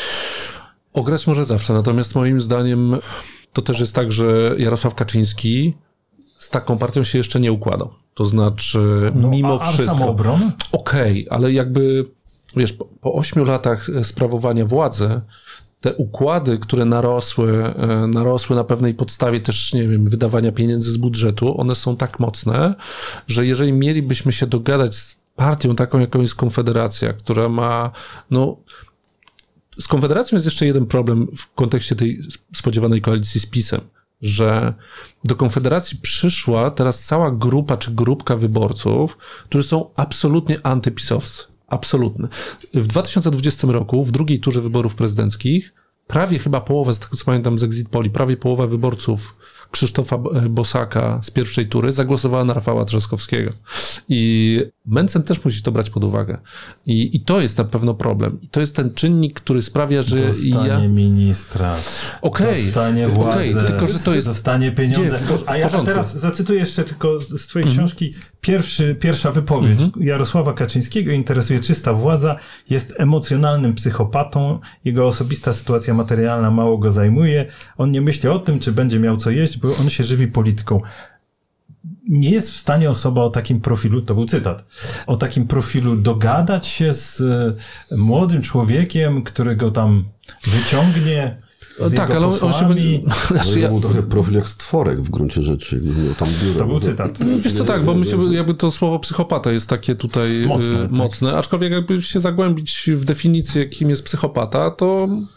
Ograć może zawsze, natomiast moim zdaniem to też jest tak, że Jarosław Kaczyński z taką partią się jeszcze nie układał. To znaczy, no, mimo a, a wszystko... samoobronę? Okej, okay, ale jakby, wiesz, po, po ośmiu latach sprawowania władzy te układy, które narosły, narosły na pewnej podstawie też, nie wiem, wydawania pieniędzy z budżetu, one są tak mocne, że jeżeli mielibyśmy się dogadać z partią taką, jaką jest Konfederacja, która ma, no... Z Konfederacją jest jeszcze jeden problem w kontekście tej spodziewanej koalicji z PiS-em, że do Konfederacji przyszła teraz cała grupa czy grupka wyborców, którzy są absolutnie antypisowcy. Absolutny. W dwa tysiące dwudziestym roku, w drugiej turze wyborów prezydenckich, prawie chyba połowa, z tego co pamiętam z Exit Poli, prawie połowa wyborców Krzysztofa Bosaka z pierwszej tury zagłosowała na Rafała Trzaskowskiego. I Mencen też musi to brać pod uwagę. I, i to jest na pewno problem. I to jest ten czynnik, który sprawia, że dostanie ja... ministra, okay, dostanie władzę, okay, tylko że to jest... dostanie pieniądze. Nie, w, w a ja teraz zacytuję jeszcze tylko z twojej mm-hmm. książki pierwszy, pierwsza wypowiedź mm-hmm. Jarosława Kaczyńskiego. Interesuje czysta władza, jest emocjonalnym psychopatą, jego osobista sytuacja materialna mało go zajmuje, on nie myśli o tym, czy będzie miał co jeść, bo on się żywi polityką. Nie jest w stanie osoba o takim profilu, to był cytat, o takim profilu dogadać się z młodym człowiekiem, którego tam wyciągnie z tak, jego ale on się będzie... Znaczy, ja... To był trochę profil jak stworek w gruncie rzeczy. Tam biuro, to był cytat. No, wiesz co, tak, bo my się, jakby to słowo psychopata jest takie tutaj mocne, y, mocne tak. Aczkolwiek jakby się zagłębić w definicję, kim jest psychopata, to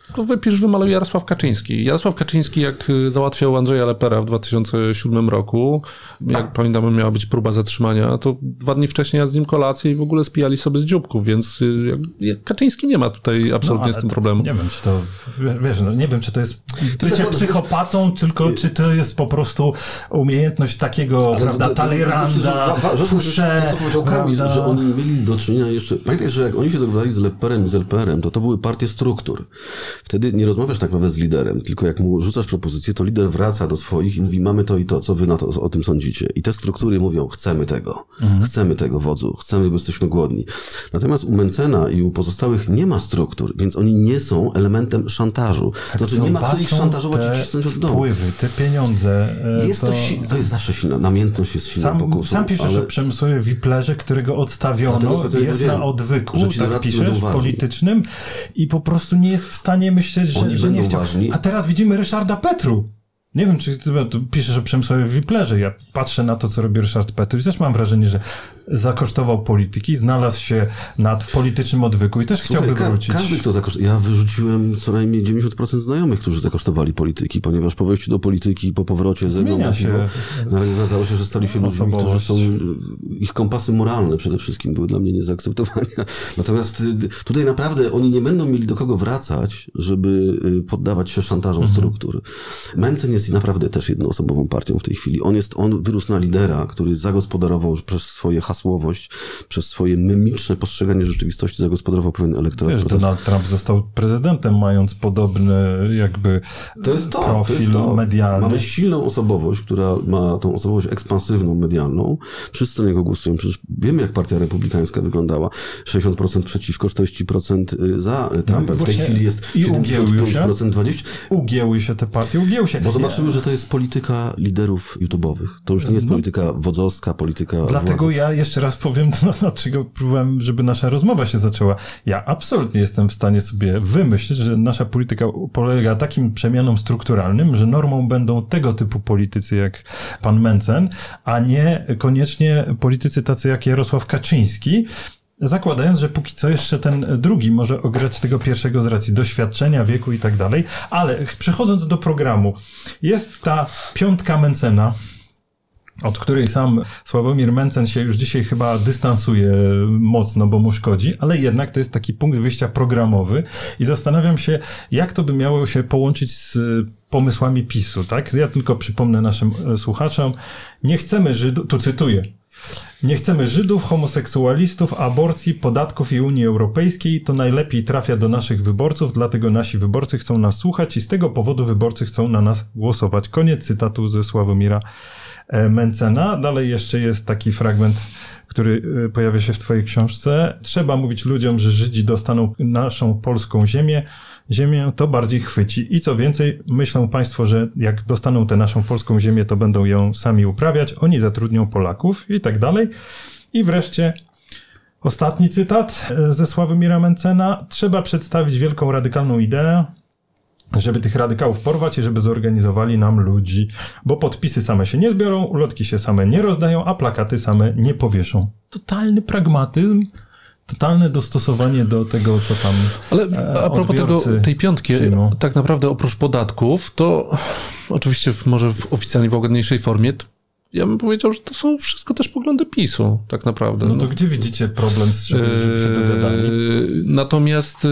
to wypisz, wymaluj Jarosław Kaczyński. Jarosław Kaczyński, jak załatwiał Andrzeja Lepera w dwa tysiące siódmym roku, jak pamiętamy, miała być próba zatrzymania, to dwa dni wcześniej jadł z nim kolację i w ogóle spijali sobie z dzióbków, więc Kaczyński nie ma tutaj absolutnie no, z tym problemu. Nie wiem, czy to, wiesz, no, nie wiem, czy to jest bycie psychopatą, tylko czy to jest po prostu umiejętność takiego, ale prawda, Talleyranda, Fouché, to, co powiedział Kamil, że oni mieli do czynienia jeszcze, pamiętaj, że jak oni się dogadali z Leperem i z L P R em, to to były partie struktur. Wtedy nie rozmawiasz tak naprawdę z liderem, tylko jak mu rzucasz propozycję, to lider wraca do swoich i mówi, mamy to i to, co wy na to, o tym sądzicie. I te struktury mówią, chcemy tego, mhm. chcemy tego wodzu, chcemy, bo jesteśmy głodni. Natomiast u Mentzena i u pozostałych nie ma struktur, więc oni nie są elementem szantażu. Tak, to znaczy nie ma kto ich szantażować i cisnąć od domu. Wpływy, te pieniądze. Jest to, to, si- to jest zawsze silna, namiętność jest silną sam, pokusą. Sam piszesz ale... o Przemysłowie Wiplerze, którego odstawiono, jest na odwyku, tak piszesz, politycznym i po prostu nie jest w stanie myśleć, że, że nie chciał. Ważni. A teraz widzimy Ryszarda Petru. Nie wiem, czy ty piszesz o Przemysłowie Wiplerze. Ja patrzę na to, co robi Ryszard Petru i też mam wrażenie, że zakosztował polityki, znalazł się nad, w politycznym odwyku i też Słuchaj, chciałby ka- wrócić. Każdy, kto zakosztował. Ja wyrzuciłem co najmniej dziewięćdziesiąt procent znajomych, którzy zakosztowali polityki, ponieważ po wejściu do polityki, po powrocie ze mną na piwo, nagle okazało się, że stali się ludźmi, którzy są, ich kompasy moralne przede wszystkim były dla mnie nie do zaakceptowania. Natomiast tutaj naprawdę oni nie będą mieli do kogo wracać, żeby poddawać się szantażom mhm. struktur. Mentzen jest naprawdę też jednoosobową partią w tej chwili. On jest, on wyrósł na lidera, który zagospodarował przez swoje hasłowość, przez swoje mimiczne postrzeganie rzeczywistości zagospodarował pewien elektorat. Wiesz, Donald Trump został prezydentem, mając podobny jakby to jest to, profil to jest to. medialny. Mamy silną osobowość, która ma tą osobowość ekspansywną, medialną. Wszyscy na niego głosują. Przecież wiemy, jak partia republikańska wyglądała. sześćdziesiąt procent przeciwko, czterdzieści procent za Trumpem. No w tej chwili jest siedemdziesiąt pięć procent, dwadzieścia procent. Ugięły się te partie, ugięły się. Bo zobaczyły, że to jest polityka liderów YouTube'owych. To już nie jest polityka wodzowska, polityka Dlatego władzy. Ja jeszcze raz powiem, dlaczego próbowałem, żeby nasza rozmowa się zaczęła. Ja absolutnie jestem w stanie sobie wymyślić, że nasza polityka polega takim przemianom strukturalnym, że normą będą tego typu politycy jak pan Mentzen, a nie koniecznie politycy tacy jak Jarosław Kaczyński, zakładając, że póki co jeszcze ten drugi może ograć tego pierwszego z racji doświadczenia, wieku i tak dalej. Ale przechodząc do programu, jest ta piątka Mentzena, od której sam Sławomir Mentzen się już dzisiaj chyba dystansuje mocno, bo mu szkodzi, ale jednak to jest taki punkt wyjścia programowy i zastanawiam się, jak to by miało się połączyć z pomysłami PiSu, tak? Ja tylko przypomnę naszym słuchaczom, nie chcemy Żydów, tu cytuję, nie chcemy Żydów, homoseksualistów, aborcji, podatków i Unii Europejskiej. To najlepiej trafia do naszych wyborców, dlatego nasi wyborcy chcą nas słuchać i z tego powodu wyborcy chcą na nas głosować. Koniec cytatu ze Sławomira Mentzena. Dalej jeszcze jest taki fragment, który pojawia się w twojej książce. Trzeba mówić ludziom, że Żydzi dostaną naszą polską ziemię. Ziemię to bardziej chwyci. I co więcej, myślą państwo, że jak dostaną tę naszą polską ziemię, to będą ją sami uprawiać. Oni zatrudnią Polaków i tak dalej. I wreszcie ostatni cytat ze Sławomira Mentzena. Trzeba przedstawić wielką, radykalną ideę, żeby tych radykałów porwać i żeby zorganizowali nam ludzi, bo podpisy same się nie zbiorą, ulotki się same nie rozdają, a plakaty same nie powieszą. Totalny pragmatyzm, totalne dostosowanie do tego, co tam Ale a propos tego, tej piątki, przyjmą. Tak naprawdę oprócz podatków, to oczywiście w, może w oficjalnie wygodniejszej formie, ja bym powiedział, że to są wszystko też poglądy PiSu, tak naprawdę. No to no. Gdzie widzicie problem z żeby się dogadali? Natomiast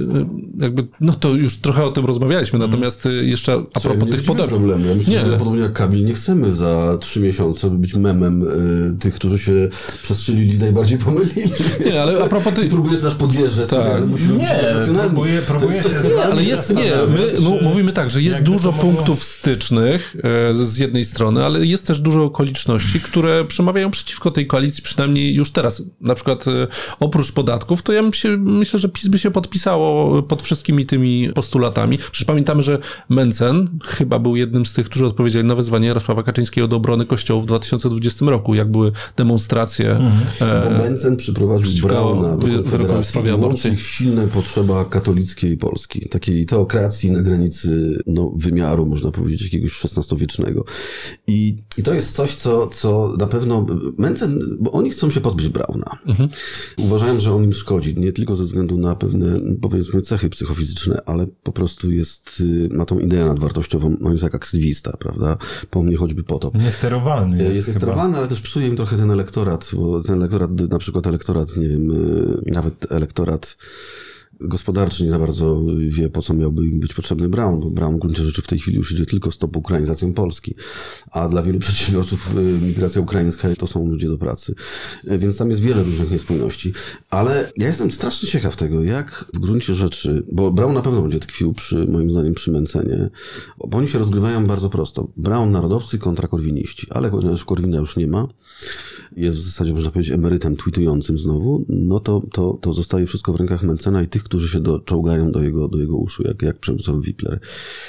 jakby, no to już trochę o tym rozmawialiśmy, hmm. natomiast jeszcze a propos Co, ja tych podatków. problemu. Ja myślę, nie. że podobnie jak Kamil, nie chcemy za trzy miesiące być memem y, tych, którzy się przestrzelili i najbardziej pomylili. Nie, ale a propos tych... Ty próbujesz nas podjeżdżać, tak. ale musimy nie, być racjonalni. Próbuję, próbuję się jest... Nie, ale jest, nie, my, my mówimy tak, że jest dużo punktów stycznych y, z jednej strony, ale jest też dużo okoliczności, które przemawiają przeciwko tej koalicji, przynajmniej już teraz. Na przykład oprócz podatków, to ja bym się, myślę, że PiS by się podpisało pod wszystkimi tymi postulatami. Przecież pamiętamy, że Mentzen chyba był jednym z tych, którzy odpowiedzieli na wezwanie Jarosława Kaczyńskiego do obrony kościołów w dwa tysiące dwudziestym roku, jak były demonstracje. Mhm. E, Bo Mentzen przyprowadził Brauna do Konfederacji. Łączy ich silna potrzeba katolickiej Polski, takiej teokracji na granicy no, wymiaru, można powiedzieć, jakiegoś szesnastowiecznego. I, i to jest jest coś, co, co na pewno Mencen, bo oni chcą się pozbyć Brauna. Mhm. Uważają, że on im szkodzi, nie tylko ze względu na pewne, powiedzmy, cechy psychofizyczne, ale po prostu jest, ma tą ideę nadwartościową, on jest jak aktywista, prawda? Po mnie choćby potop. Niesterowalny jest. Jest niesterowalny, ale też psuje im trochę ten elektorat, bo ten elektorat, na przykład elektorat, nie wiem, nawet elektorat gospodarczy nie za bardzo wie, po co miałby im być potrzebny Braun, bo Braun w gruncie rzeczy w tej chwili już idzie tylko stop ukrainizacją Polski, a dla wielu przedsiębiorców migracja ukraińska to są ludzie do pracy. Więc tam jest wiele różnych niespójności. Ale ja jestem strasznie ciekaw tego, jak w gruncie rzeczy, bo Braun na pewno będzie tkwił przy, moim zdaniem, przy Mencenie, bo oni się rozgrywają bardzo prosto. Braun narodowcy kontra korwiniści, ale ponieważ Korwina już nie ma, jest w zasadzie, można powiedzieć, emerytem tweetującym znowu, no to, to, to zostaje wszystko w rękach Mencena i tych, którzy się doczołgają do jego, do jego uszu, jak, jak Przemysław Wipler.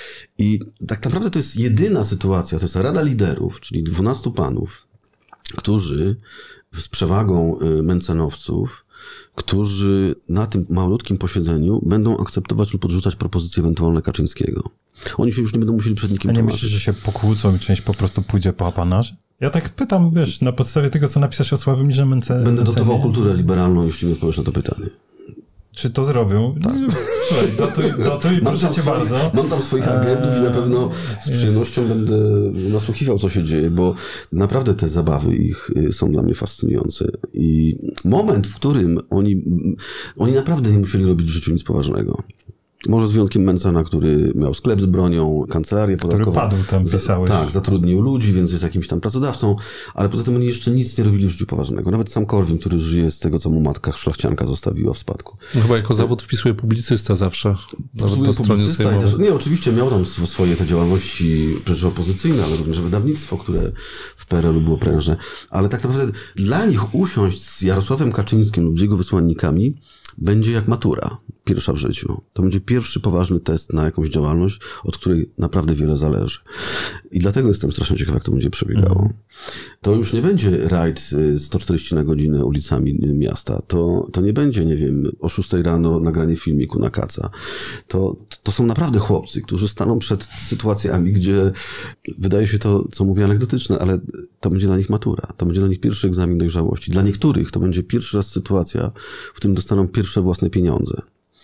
I tak naprawdę to jest jedyna sytuacja, to jest Rada Liderów, czyli dwunastu panów, którzy z przewagą mencenowców, którzy na tym malutkim posiedzeniu będą akceptować lub podrzucać propozycje ewentualne Kaczyńskiego. Oni się już nie będą musieli przed nikim tłumaczyć. A nie tłumaczyć. myślisz, że się pokłócą i część po prostu pójdzie po apanaż? Ja tak pytam, wiesz, na podstawie tego, co napisałeś o Sławomirze Mencenie. Będę dotował kulturę liberalną, jeśli mi odpowiesz na to pytanie. Czy to zrobią? Tak. Słuchaj, dotuj, dotuj proszę cię bardzo. Mam tam swoich agentów i na pewno z przyjemnością jest. będę nasłuchiwał, co się dzieje, bo naprawdę te zabawy ich są dla mnie fascynujące. I moment, w którym oni, oni naprawdę nie musieli robić w życiu nic poważnego. Może z wyjątkiem Mencena, który miał sklep z bronią, kancelarię podatkową. Który padł tam, pisałeś. Tak, zatrudnił ludzi, więc jest jakimś tam pracodawcą, ale poza tym oni jeszcze nic nie robili w życiu poważnego. Nawet sam Korwin, który żyje z tego, co mu matka szlachcianka zostawiła w spadku. No chyba jako zawód wpisuje publicysta zawsze. Nawet na stronie też, nie, oczywiście miał tam swoje te działalności przecież opozycyjne, ale również wydawnictwo, które w P R L u było prężne. Ale tak naprawdę dla nich usiąść z Jarosławem Kaczyńskim lub z jego wysłannikami będzie jak matura, pierwsza w życiu. To będzie pierwszy poważny test na jakąś działalność, od której naprawdę wiele zależy. I dlatego jestem strasznie ciekaw, jak to będzie przebiegało. Mm. To już nie będzie rajd sto czterdzieści na godzinę ulicami miasta. To, to nie będzie, nie wiem, o szóstej rano nagranie filmiku na kaca. To, to są naprawdę chłopcy, którzy staną przed sytuacjami, gdzie wydaje się to, co mówię, anegdotyczne, ale to będzie dla nich matura. To będzie dla nich pierwszy egzamin dojrzałości. Dla niektórych to będzie pierwszy raz sytuacja, w którym dostaną pierwsze własne pieniądze.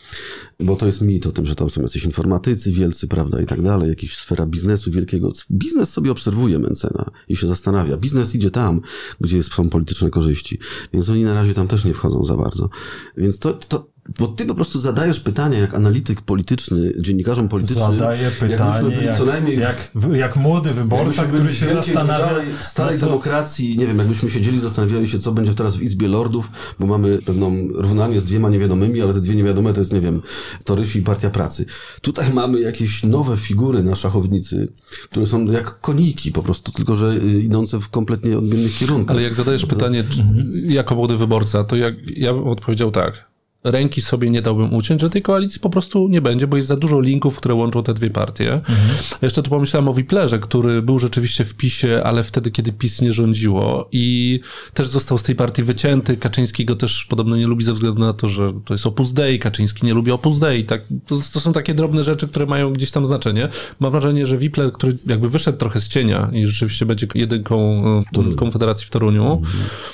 Bo to jest mit o tym, że tam są jacyś informatycy wielcy, prawda, i tak dalej, jakaś sfera biznesu wielkiego. Biznes sobie obserwuje Mencena i się zastanawia. Biznes idzie tam, gdzie są polityczne korzyści. Więc oni na razie tam też nie wchodzą za bardzo. Więc to, to bo ty po prostu zadajesz pytania jak analityk polityczny, dziennikarzom politycznym. Zadaję pytanie jak, co najmniej jak, jak, jak młody wyborca, który się zastanawia. W starej co... demokracji, nie wiem, jakbyśmy siedzieli, zastanawiali się, co będzie teraz w Izbie Lordów, bo mamy pewną równanie z dwiema niewiadomymi, ale te dwie niewiadome to jest, nie wiem, Torysi i Partia Pracy. Tutaj mamy jakieś nowe figury na szachownicy, które są jak koniki po prostu, tylko że idące w kompletnie odmiennych kierunkach. Ale jak zadajesz to... pytanie, czy, mhm. jako młody wyborca, to jak, ja bym odpowiedział tak. Ręki sobie nie dałbym uciąć, że tej koalicji po prostu nie będzie, bo jest za dużo linków, które łączą te dwie partie. Mhm. Jeszcze tu pomyślałem o Wiplerze, który był rzeczywiście w PiSie, ale wtedy, kiedy PiS nie rządziło i też został z tej partii wycięty. Kaczyński go też podobno nie lubi ze względu na to, że to jest Opus Dei. Kaczyński nie lubi Opus Dei. Tak, to, to są takie drobne rzeczy, które mają gdzieś tam znaczenie. Mam wrażenie, że Wipler, który jakby wyszedł trochę z cienia i rzeczywiście będzie jedynką w Konfederacji w Toruniu, mhm.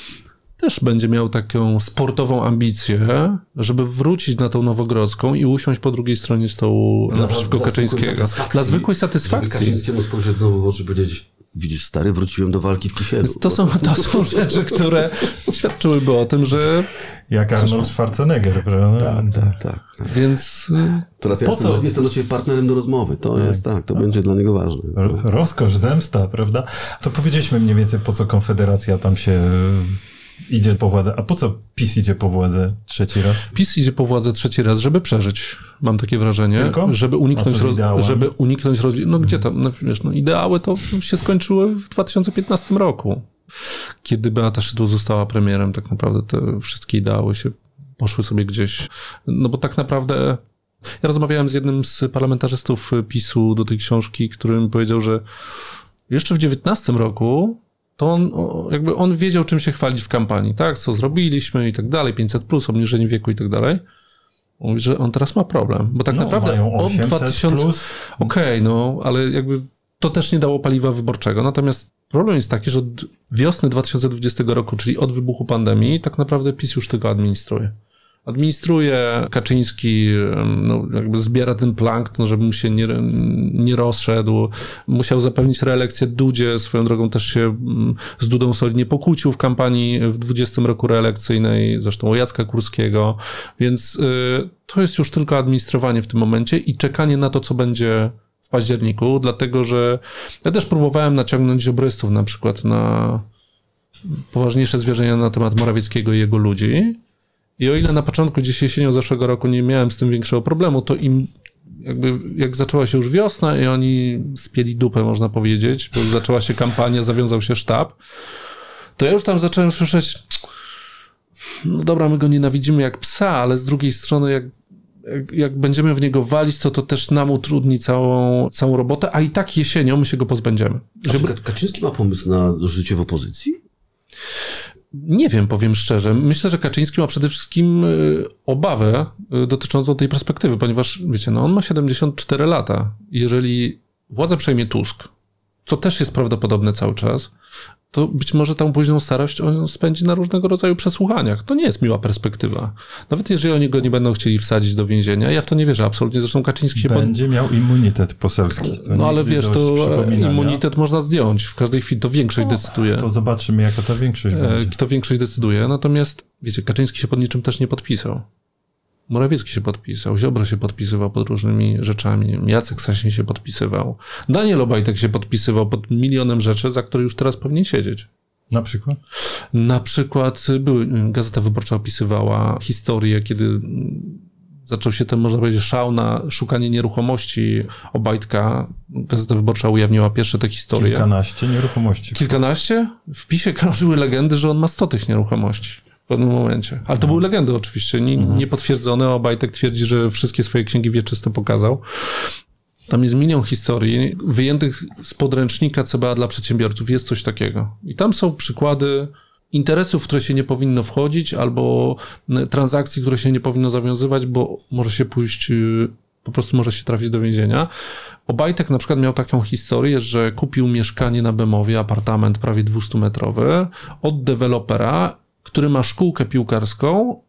też będzie miał taką sportową ambicję, żeby wrócić na tą Nowogrodzką i usiąść po drugiej stronie stołu naprzeciwko Kaczyńskiego. Dla zwykłej satysfakcji. Żeby Kaczyńskiemu spojrzeć znowu w oczy i powiedzieć: widzisz, stary, wróciłem do walki w Kisielu. To są, to są rzeczy, które świadczyłyby o tym, że... Jak Arnold Schwarzenegger, prawda? Tak, tak, tak. tak. Więc... Teraz ja po jestem, co? jestem do ciebie partnerem do rozmowy. To tak. jest tak, to tak. będzie dla niego ważne. Rozkosz, zemsta, prawda? To powiedzieliśmy mniej więcej, po co Konfederacja tam się... idzie po władzę. A po co PiS idzie po władzę trzeci raz? PiS idzie po władzę trzeci raz, żeby przeżyć. Mam takie wrażenie. Tylko? Żeby uniknąć, roz... żeby uniknąć rozwi- No gdzie tam? No, wiesz, no, ideały to się skończyły w dwa tysiące piętnastym roku. Kiedy Beata Szydło została premierem, tak naprawdę te wszystkie ideały się poszły sobie gdzieś. No bo tak naprawdę... Ja rozmawiałem z jednym z parlamentarzystów PiSu do tej książki, którym powiedział, że jeszcze w dziewiętnastym roku to on, jakby on wiedział, czym się chwalić w kampanii, tak? Co zrobiliśmy i tak dalej, pięćset plus, obniżenie wieku i tak dalej. On mówi, że on teraz ma problem, bo tak no, naprawdę od dwa tysiące... Okej, okay, no, ale jakby to też nie dało paliwa wyborczego. Natomiast Problem jest taki, że od wiosny dwa tysiące dwudziestego roku, czyli od wybuchu pandemii, tak naprawdę PiS już tylko administruje. Administruje, Kaczyński no, jakby zbiera ten plankton, żeby mu się nie, nie rozszedł. Musiał zapewnić reelekcję Dudzie, swoją drogą też się z Dudą solidnie pokłócił w kampanii w dwudziestym roku reelekcyjnej, zresztą o Jacka Kurskiego, więc y, to jest już tylko administrowanie w tym momencie i czekanie na to, co będzie w październiku, dlatego że ja też próbowałem naciągnąć ziobrystów na przykład na poważniejsze zwierzenia na temat Morawieckiego i jego ludzi. I o ile na początku, gdzieś jesienią zeszłego roku nie miałem z tym większego problemu, to im jakby jak zaczęła się już wiosna i oni spieli dupę, można powiedzieć, bo zaczęła się kampania, zawiązał się sztab, to ja już tam zacząłem słyszeć, no dobra, my go nienawidzimy jak psa, ale z drugiej strony jak, jak, jak będziemy w niego walić, to to też nam utrudni całą, całą robotę, a i tak jesienią my się go pozbędziemy. Żeby... Kaczyński ma pomysł na życie w opozycji? Nie wiem, powiem szczerze. Myślę, że Kaczyński ma przede wszystkim obawę dotyczącą tej perspektywy, ponieważ, wiecie, no on ma siedemdziesiąt cztery lata. Jeżeli władzę przejmie Tusk, co też jest prawdopodobne cały czas, to być może tą późną starość on spędzi na różnego rodzaju przesłuchaniach. To nie jest miła perspektywa. Nawet jeżeli oni go nie będą chcieli wsadzić do więzienia, ja w to nie wierzę absolutnie. Zresztą Kaczyński się... Będzie pod... miał immunitet poselski. To no ale wiesz, to immunitet można zdjąć. W każdej chwili to większość no, decyduje. To zobaczymy, jaka ta większość będzie. Kto większość decyduje. Natomiast, wiecie, Kaczyński się pod niczym też nie podpisał. Morawiecki się podpisał, Ziobro się podpisywał pod różnymi rzeczami, Jacek Sasin się podpisywał, Daniel Obajtek się podpisywał pod milionem rzeczy, za które już teraz powinien siedzieć. Na przykład? Na przykład były, Gazeta Wyborcza opisywała historię, kiedy zaczął się ten, można powiedzieć, szał na szukanie nieruchomości Obajtka. Gazeta Wyborcza ujawniła pierwsze te historie. Kilkanaście nieruchomości. Kilkanaście? W PiSie krążyły legendy, że on ma sto tych nieruchomości. W pewnym momencie. Ale to no. były legendy oczywiście, nie, mhm. niepotwierdzone. Obajtek twierdzi, że wszystkie swoje księgi wieczyste pokazał. Tam jest milion historii wyjętych z podręcznika C B A dla przedsiębiorców. Jest coś takiego. I tam są przykłady interesów, w które się nie powinno wchodzić, albo transakcji, które się nie powinno zawiązywać, bo może się pójść, po prostu może się trafić do więzienia. Obajtek na przykład miał taką historię, że kupił mieszkanie na Bemowie, apartament prawie dwustumetrowy od dewelopera, który ma szkółkę piłkarską,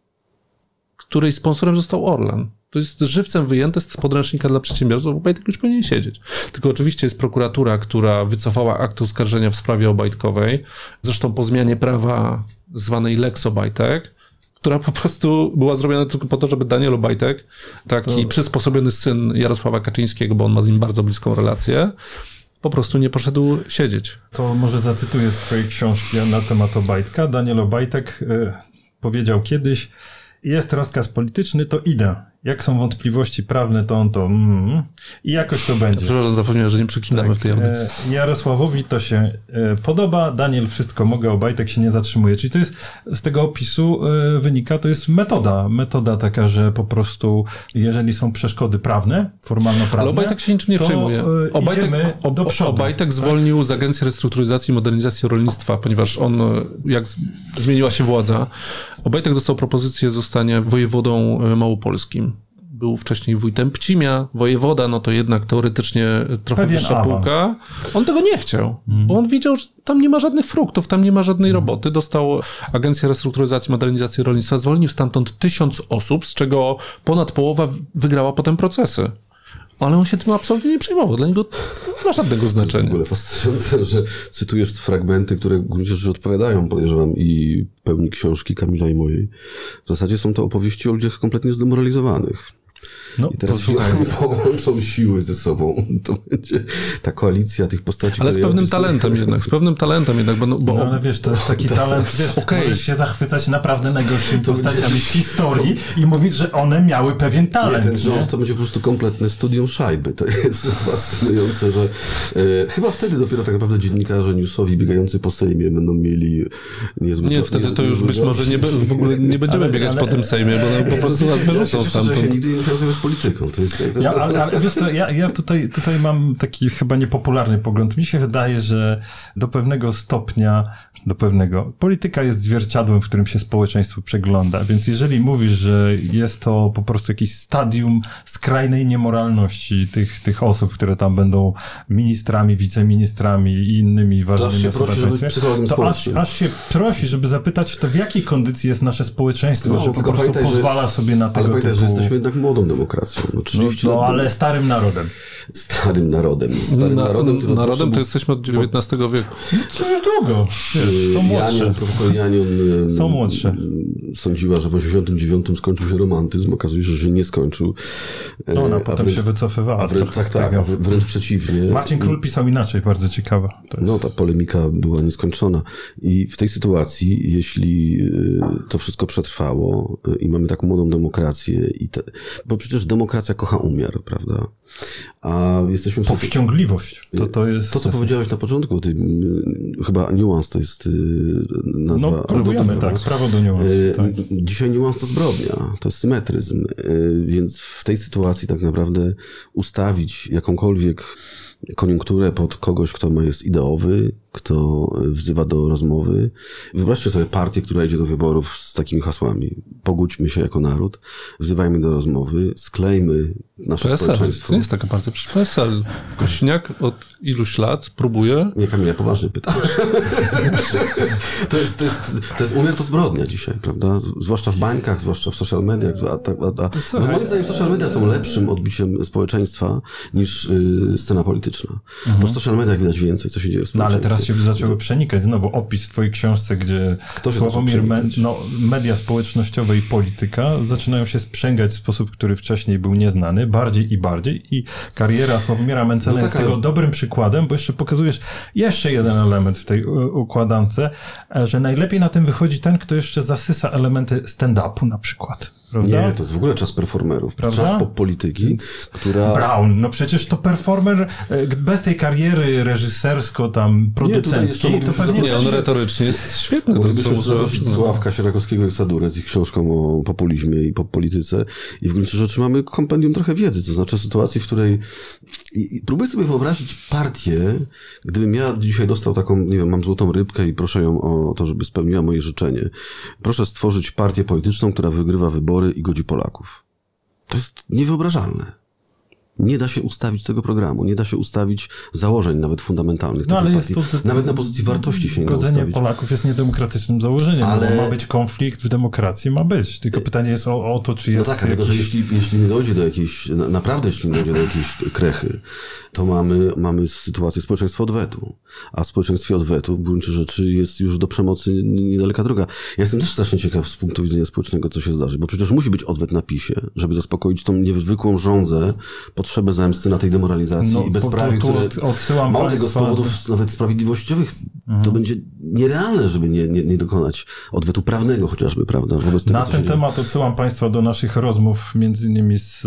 której sponsorem został Orlen. To jest żywcem wyjęte z podręcznika dla przedsiębiorców, Obajtek już powinien siedzieć. Tylko oczywiście jest prokuratura, która wycofała akt oskarżenia w sprawie obajtkowej, zresztą po zmianie prawa zwanej Lex Obajtek, która po prostu była zrobiona tylko po to, żeby Daniel Obajtek, taki to... przysposobiony syn Jarosława Kaczyńskiego, bo on ma z nim bardzo bliską relację, po prostu nie poszedł siedzieć. To może zacytuję z twojej książki na temat Obajtka. Daniel Obajtek y, powiedział kiedyś: jest rozkaz polityczny, to idę. Jak są wątpliwości prawne, to on to mm, i jakoś to będzie. Przepraszam, zapomniałem, że nie przeklinamy tak, w tej audycji. Jarosławowi to się e, podoba, Daniel wszystko mogę, Obajtek się nie zatrzymuje. Czyli to jest, z tego opisu e, wynika, to jest metoda. Metoda taka, że po prostu jeżeli są przeszkody prawne, formalno-prawne, ale Obajtek się niczym nie to, przejmuje. E, Obajtek, ob, do przodu, Obajtek tak? zwolnił z Agencji Restrukturyzacji i Modernizacji Rolnictwa, ponieważ on, jak zmieniła się władza, Obajtek dostał propozycję zostania wojewodą małopolskim. Był wcześniej wójtem Pcimia, wojewoda, no to jednak teoretycznie trochę Pewien wyższa półka. On tego nie chciał, mm. bo on wiedział, że tam nie ma żadnych fruktów, tam nie ma żadnej mm. roboty. Dostał Agencję Restrukturyzacji i Modernizacji Rolnictwa, zwolnił stamtąd tysiąc osób, z czego ponad połowa wygrała potem procesy. Ale on się tym absolutnie nie przejmował. Dla niego to nie ma żadnego znaczenia. W ogóle fascynujące, że cytujesz fragmenty, które w gruncie rzeczy odpowiadają, podejrzewam, i pełni książki Kamila i mojej. W zasadzie są to opowieści o ludziach kompletnie zdemoralizowanych. No, i teraz połączą siły ze sobą. To będzie ta koalicja tych postaci. Ale z pewnym talentem jednak, z pewnym talentem jednak. Bo, bo... No ale wiesz, to jest taki talent, wiesz, okay. Możesz się zachwycać naprawdę najgorszymi postaciami w historii i mówić, że one miały pewien talent. Nie, ten rząd to będzie po prostu kompletne studium szajby. To jest fascynujące, że e, chyba wtedy dopiero tak naprawdę dziennikarze newsowi biegający po Sejmie będą mieli niezły... Nie, to, wtedy to już być może nie, w ogóle nie będziemy ale, biegać ale, po tym Sejmie, bo po prostu nas wyrzucą stamtąd. zajmować polityką. To jest, to jest... Ja, ale, ale wiesz co, ja, ja tutaj, tutaj mam taki chyba niepopularny pogląd. Mi się wydaje, że do pewnego stopnia, do pewnego, polityka jest zwierciadłem, w którym się społeczeństwo przegląda. Więc jeżeli mówisz, że jest to po prostu jakieś stadium skrajnej niemoralności tych, tych osób, które tam będą ministrami, wiceministrami i innymi ważnymi osobami, to aż, aż się prosi, żeby zapytać, to w jakiej kondycji jest nasze społeczeństwo, no, że po prostu pamiętaj, pozwala że, sobie na tego ale pamiętaj, typu... że jesteśmy jednak młodą demokracją. No, trzydzieści no, no lat ale starym narodem. Starym narodem. Starym na, narodem, narodem, narodem to jesteśmy od dziewiętnastego wieku. No to już długo. Wiesz, są młodsze. Janion, profesor Janion są młodsze. Sądziła, że w osiemdziesiątym dziewiątym skończył się romantyzm. Okazuje się, że się nie skończył. No ona a potem wręcz, się wycofywała. Wręcz, tak, tak, a wręcz przeciwnie. Marcin Król pisał inaczej, bardzo ciekawa. To jest... No ta polemika była nieskończona. I w tej sytuacji, jeśli to wszystko przetrwało i mamy taką młodą demokrację, i te, bo przecież demokracja kocha umiar, prawda? A jesteśmy... Powściągliwość. To, to jest... To, co powiedziałeś na początku, ty, chyba niuans to jest nazwa... No, próbujemy, tak, prawo do niuansu. Tak. Dzisiaj niuans to zbrodnia, to jest symetryzm, więc w tej sytuacji tak naprawdę ustawić jakąkolwiek koniunkturę pod kogoś, kto ma jest ideowy, kto wzywa do rozmowy. Wyobraźcie sobie partię, która idzie do wyborów z takimi hasłami. Pogódźmy się jako naród, wzywajmy do rozmowy, sklejmy nasze P S L, społeczeństwo. To jest taka partia, przecież P S L. Kośniak od iluś lat próbuje... Nie, Kamil, ja poważnie pytam. to, jest, to, jest, to jest umiar, to zbrodnia dzisiaj, prawda? Zwłaszcza w bańkach, zwłaszcza w social mediach. A, a, a, a, moim zdaniem social media są lepszym odbiciem społeczeństwa niż y, scena polityczna. Mhm. To w social mediach widać więcej, co się dzieje w społeczeństwie. No ale teraz się zaczęły przenikać. Znowu opis w twojej książce, gdzie Sławomir, me, no, media społecznościowe i polityka zaczynają się sprzęgać w sposób, który wcześniej był nieznany, bardziej i bardziej i kariera Sławomira Mentzena no tak, jest ale... tego dobrym przykładem, bo jeszcze pokazujesz jeszcze jeden element w tej układance, że najlepiej na tym wychodzi ten, kto jeszcze zasysa elementy stand-upu na przykład. Prawda? Nie, to jest w ogóle czas performerów. Prawda? Czas pop-polityki, która... Brown, no przecież to performer bez tej kariery reżysersko tam producenckiej, nie, to pewnie... Nie, on retorycznie jest świetny. Moglibyśmy zaprosić Sławka Sierakowskiego i Sadurę z ich książką o populizmie i pop-polityce i w gruncie rzeczy mamy kompendium trochę wiedzy, to znaczy sytuacji, w której... I, i próbuję sobie wyobrazić partię, gdybym ja dzisiaj dostał taką, nie wiem, mam złotą rybkę i proszę ją o to, żeby spełniła moje życzenie. Proszę stworzyć partię polityczną, która wygrywa wybory i godzi Polaków. To jest niewyobrażalne. Nie da się ustawić tego programu, nie da się ustawić założeń nawet fundamentalnych. No, ale jest to, nawet na pozycji wartości się nie da ustawić. Godzenie Polaków jest niedemokratycznym założeniem, ale ma być konflikt w demokracji, ma być. Tylko pytanie jest o, o to, czy jest... No tak, jakiś... dlatego, że jeśli, jeśli nie dojdzie do jakiejś, naprawdę jeśli nie dojdzie do jakiejś krechy, to mamy, mamy sytuację społeczeństwa odwetu. A w społeczeństwie odwetu w gruncie rzeczy jest już do przemocy niedaleka droga. Ja jestem też strasznie ciekaw z punktu widzenia społecznego, co się zdarzy, bo przecież musi być odwet na PiSie, żeby zaspokoić tą niezwykłą żądzę, potrzebę zemsty na tej demoralizacji no, i bezprawie, które mało tego z powodów nawet sprawiedliwościowych, mhm. to będzie nierealne, żeby nie, nie, nie dokonać odwetu prawnego chociażby, prawda? Wobec tego, na ten temat odsyłam Państwa do naszych rozmów, między innymi z,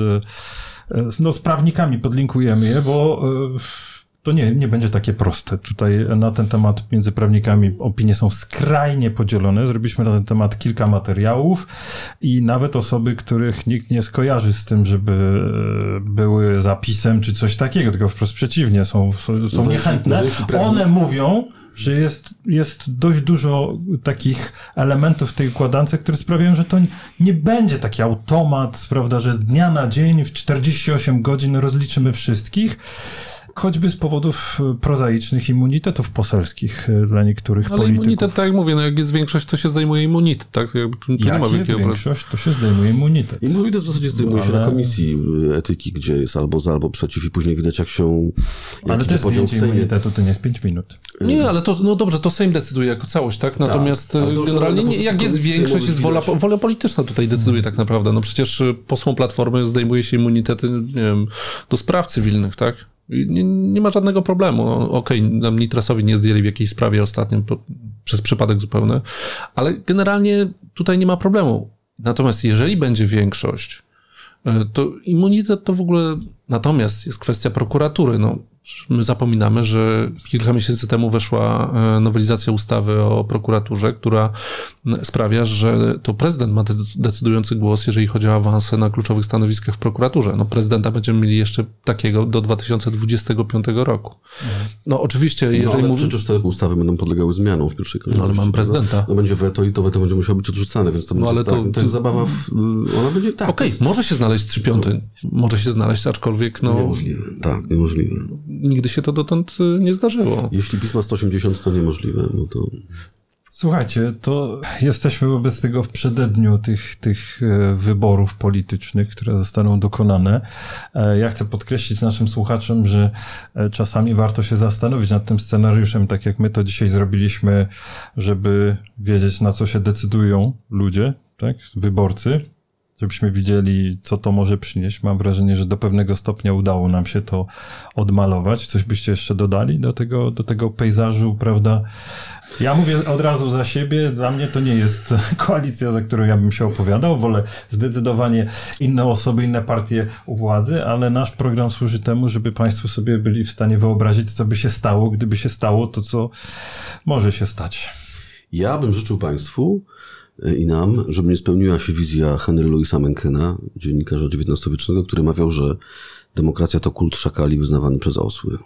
no, z prawnikami, podlinkujemy je, bo to nie, nie będzie takie proste. Tutaj na ten temat między prawnikami opinie są skrajnie podzielone. Zrobiliśmy na ten temat kilka materiałów i nawet osoby, których nikt nie skojarzy z tym, żeby były zapisem czy coś takiego, tylko wprost przeciwnie, są, są, są niechętne. One mówią, że jest, jest dość dużo takich elementów w tej układance, które sprawiają, że to nie będzie taki automat, prawda, że z dnia na dzień w czterdzieści osiem godzin rozliczymy wszystkich. Choćby z powodów prozaicznych immunitetów poselskich dla niektórych Ale polityków. immunitet, tak jak mówię, no jak jest większość, to się zdejmuje immunitet, tak? To, to jak nie ma jest większość, to się zdejmuje immunitet. Immunitet w zasadzie zdejmuje Ale... się na komisji etyki, gdzie jest albo za, albo przeciw i później widać, jak się... Jak ale też zdjęcie immunitetu to nie jest pięć minut. Nie, ale to, no dobrze, to Sejm decyduje jako całość, tak? Natomiast tak, generalnie nie, jak jest większość, jest wola, wola polityczna tutaj decyduje tak naprawdę. No przecież posłom Platformy zdejmuje się immunitety, nie wiem, do spraw cywilnych, tak? Nie, nie ma żadnego problemu. No, okej, okay, nam Nitrasowi nie zdjęli w jakiejś sprawie ostatnio po, przez przypadek zupełny, ale generalnie tutaj nie ma problemu. Natomiast jeżeli będzie większość, to immunitet to w ogóle... Natomiast jest kwestia prokuratury. No, My zapominamy, że kilka miesięcy temu weszła nowelizacja ustawy o prokuraturze, która sprawia, że to prezydent ma decydujący głos, jeżeli chodzi o awanse na kluczowych stanowiskach w prokuraturze. No prezydenta będziemy mieli jeszcze takiego do dwa tysiące dwudziestego piątego roku. No oczywiście, jeżeli... No, ale mówi... przecież te ustawy będą podlegały zmianom w pierwszej kolejności. No ale mam prezydenta. No będzie weto i to weto będzie musiało być odrzucane, więc to, no, ale to, tak, to jest zabawa, w... ona będzie tak. Okej, okay, może się znaleźć trzy piąte, może się znaleźć, aczkolwiek no... Niemożliwe, tak, niemożliwe. Nigdy się to dotąd nie zdarzyło. Jeśli PiS ma sto osiemdziesiąt, to niemożliwe, no to... Słuchajcie, to jesteśmy wobec tego w przededniu tych, tych wyborów politycznych, które zostaną dokonane. Ja chcę podkreślić naszym słuchaczom, że czasami warto się zastanowić nad tym scenariuszem, tak jak my to dzisiaj zrobiliśmy, żeby wiedzieć, na co się decydują ludzie, tak, wyborcy, żebyśmy widzieli, co to może przynieść. Mam wrażenie, że do pewnego stopnia udało nam się to odmalować. Coś byście jeszcze dodali do tego, do tego pejzażu, prawda? Ja mówię od razu za siebie, dla mnie to nie jest koalicja, za którą ja bym się opowiadał. Wolę zdecydowanie inne osoby, inne partie u władzy, ale nasz program służy temu, żeby państwo sobie byli w stanie wyobrazić, co by się stało, gdyby się stało to, co może się stać. Ja bym życzył państwu i nam, żeby nie spełniła się wizja Henry Louisa Menckena, dziennikarza dziewiętnastowiecznego, który mawiał, że demokracja to kult szakali wyznawany przez osły.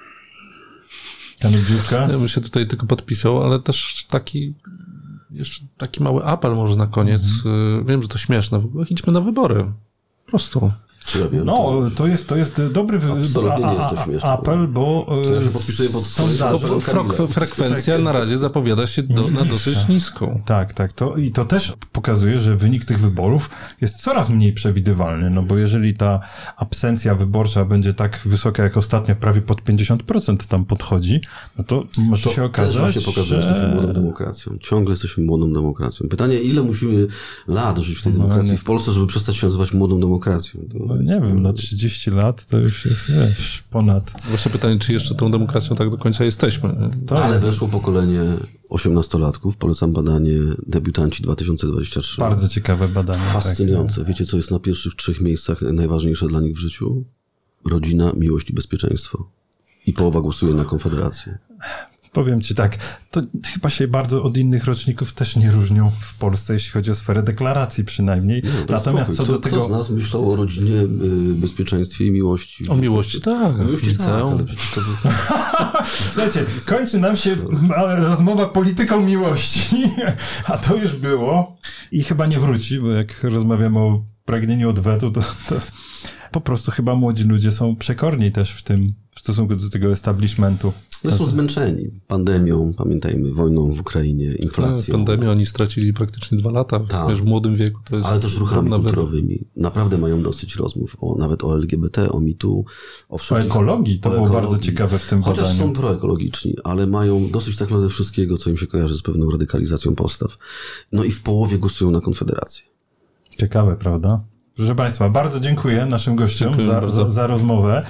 Ja bym się tutaj tylko podpisał, ale też taki jeszcze taki mały apel może na koniec. Mm. Wiem, że to śmieszne. W ogóle idźmy na wybory. Po prostu. Czy ja wiem, no, to, to, jest, to jest dobry absolutnie nie jest to śmieszne, apel, bo... To ja się podpisuję pod sondaże. Frekwencja na razie zapowiada się do, na dosyć niską. Tak, tak. To, I to też pokazuje, że wynik tych wyborów jest coraz mniej przewidywalny, no bo jeżeli ta absencja wyborcza będzie tak wysoka jak ostatnio, prawie pod pięćdziesiąt procent tam podchodzi, no to może to się okazać, też właśnie pokazuje, że jesteśmy młodą demokracją. Ciągle jesteśmy młodą demokracją. Pytanie, ile musimy lat żyć w tej demokracji no, w Polsce, żeby przestać się nazywać młodą demokracją? To no, nie wiem, no trzydzieści lat to już jest, wiesz, ponad. Właśnie pytanie, czy jeszcze tą demokracją tak do końca jesteśmy. To Ale jest... weszło pokolenie osiemnastolatków. Polecam badanie Debiutanci dwa tysiące dwadzieścia trzy. Bardzo ciekawe badanie. Fascynujące. Tak. Wiecie, co jest na pierwszych trzech miejscach najważniejsze dla nich w życiu? Rodzina, miłość i bezpieczeństwo. I połowa głosuje na Konfederację. Powiem ci tak, to chyba się bardzo od innych roczników też nie różnią w Polsce, jeśli chodzi o sferę deklaracji przynajmniej. No, Natomiast co kto, do tego... Kto z nas myślał o rodzinie, bezpieczeństwie i miłości? O miłości, tak. O miłości, tak, ale to... Słuchajcie, kończy nam się rozmowa polityką miłości, a to już było i chyba nie wróci, bo jak rozmawiamy o pragnieniu odwetu, to, to po prostu chyba młodzi ludzie są przekorni też w tym, w stosunku do tego establishmentu. No są zmęczeni pandemią, pamiętajmy, wojną w Ukrainie, inflacją. Pandemię oni stracili praktycznie dwa lata, tak. Wiesz, w młodym wieku. To jest ale też ruchami kulturowymi. Naprawdę mają dosyć rozmów, o, nawet o L G B T, o mitu, o wszystkich. O ekologii, to o było ekologii. Bardzo ciekawe w tym Chociaż badaniu. są proekologiczni, ale mają dosyć tak naprawdę wszystkiego, co im się kojarzy z pewną radykalizacją postaw. No i w połowie głosują na Konfederację. Ciekawe, prawda? Proszę Państwa, bardzo dziękuję naszym gościom za, za, za rozmowę.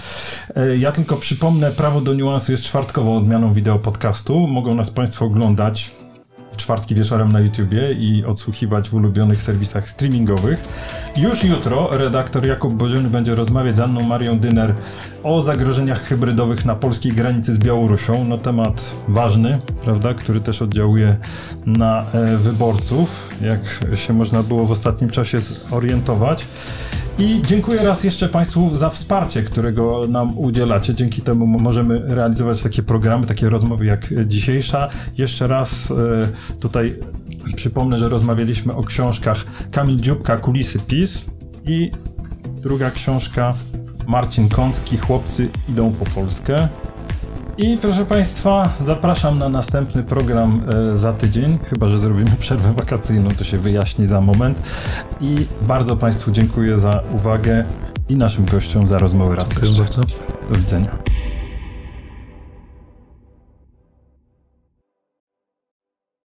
Ja tylko przypomnę, Prawo do Niuansu jest czwartkową odmianą wideo podcastu. Mogą nas Państwo oglądać w czwartki wieczorem na YouTubie i odsłuchiwać w ulubionych serwisach streamingowych. Już jutro redaktor Jakub Bodziony będzie rozmawiać z Anną Marią Dyner o zagrożeniach hybrydowych na polskiej granicy z Białorusią. No temat ważny, prawda, który też oddziałuje na e, wyborców, jak się można było w ostatnim czasie zorientować. I dziękuję raz jeszcze Państwu za wsparcie, którego nam udzielacie. Dzięki temu możemy realizować takie programy, takie rozmowy jak dzisiejsza. Jeszcze raz e, tutaj przypomnę, że rozmawialiśmy o książkach Kamil Dziubka, Kulisy PiS i druga książka Marcin Kącki, Chłopcy idą po Polskę. I proszę Państwa, zapraszam na następny program e, za tydzień, chyba że zrobimy przerwę wakacyjną, to się wyjaśni za moment. I bardzo Państwu dziękuję za uwagę i naszym gościom za rozmowę raz Dziękuję jeszcze. Bardzo. Do widzenia.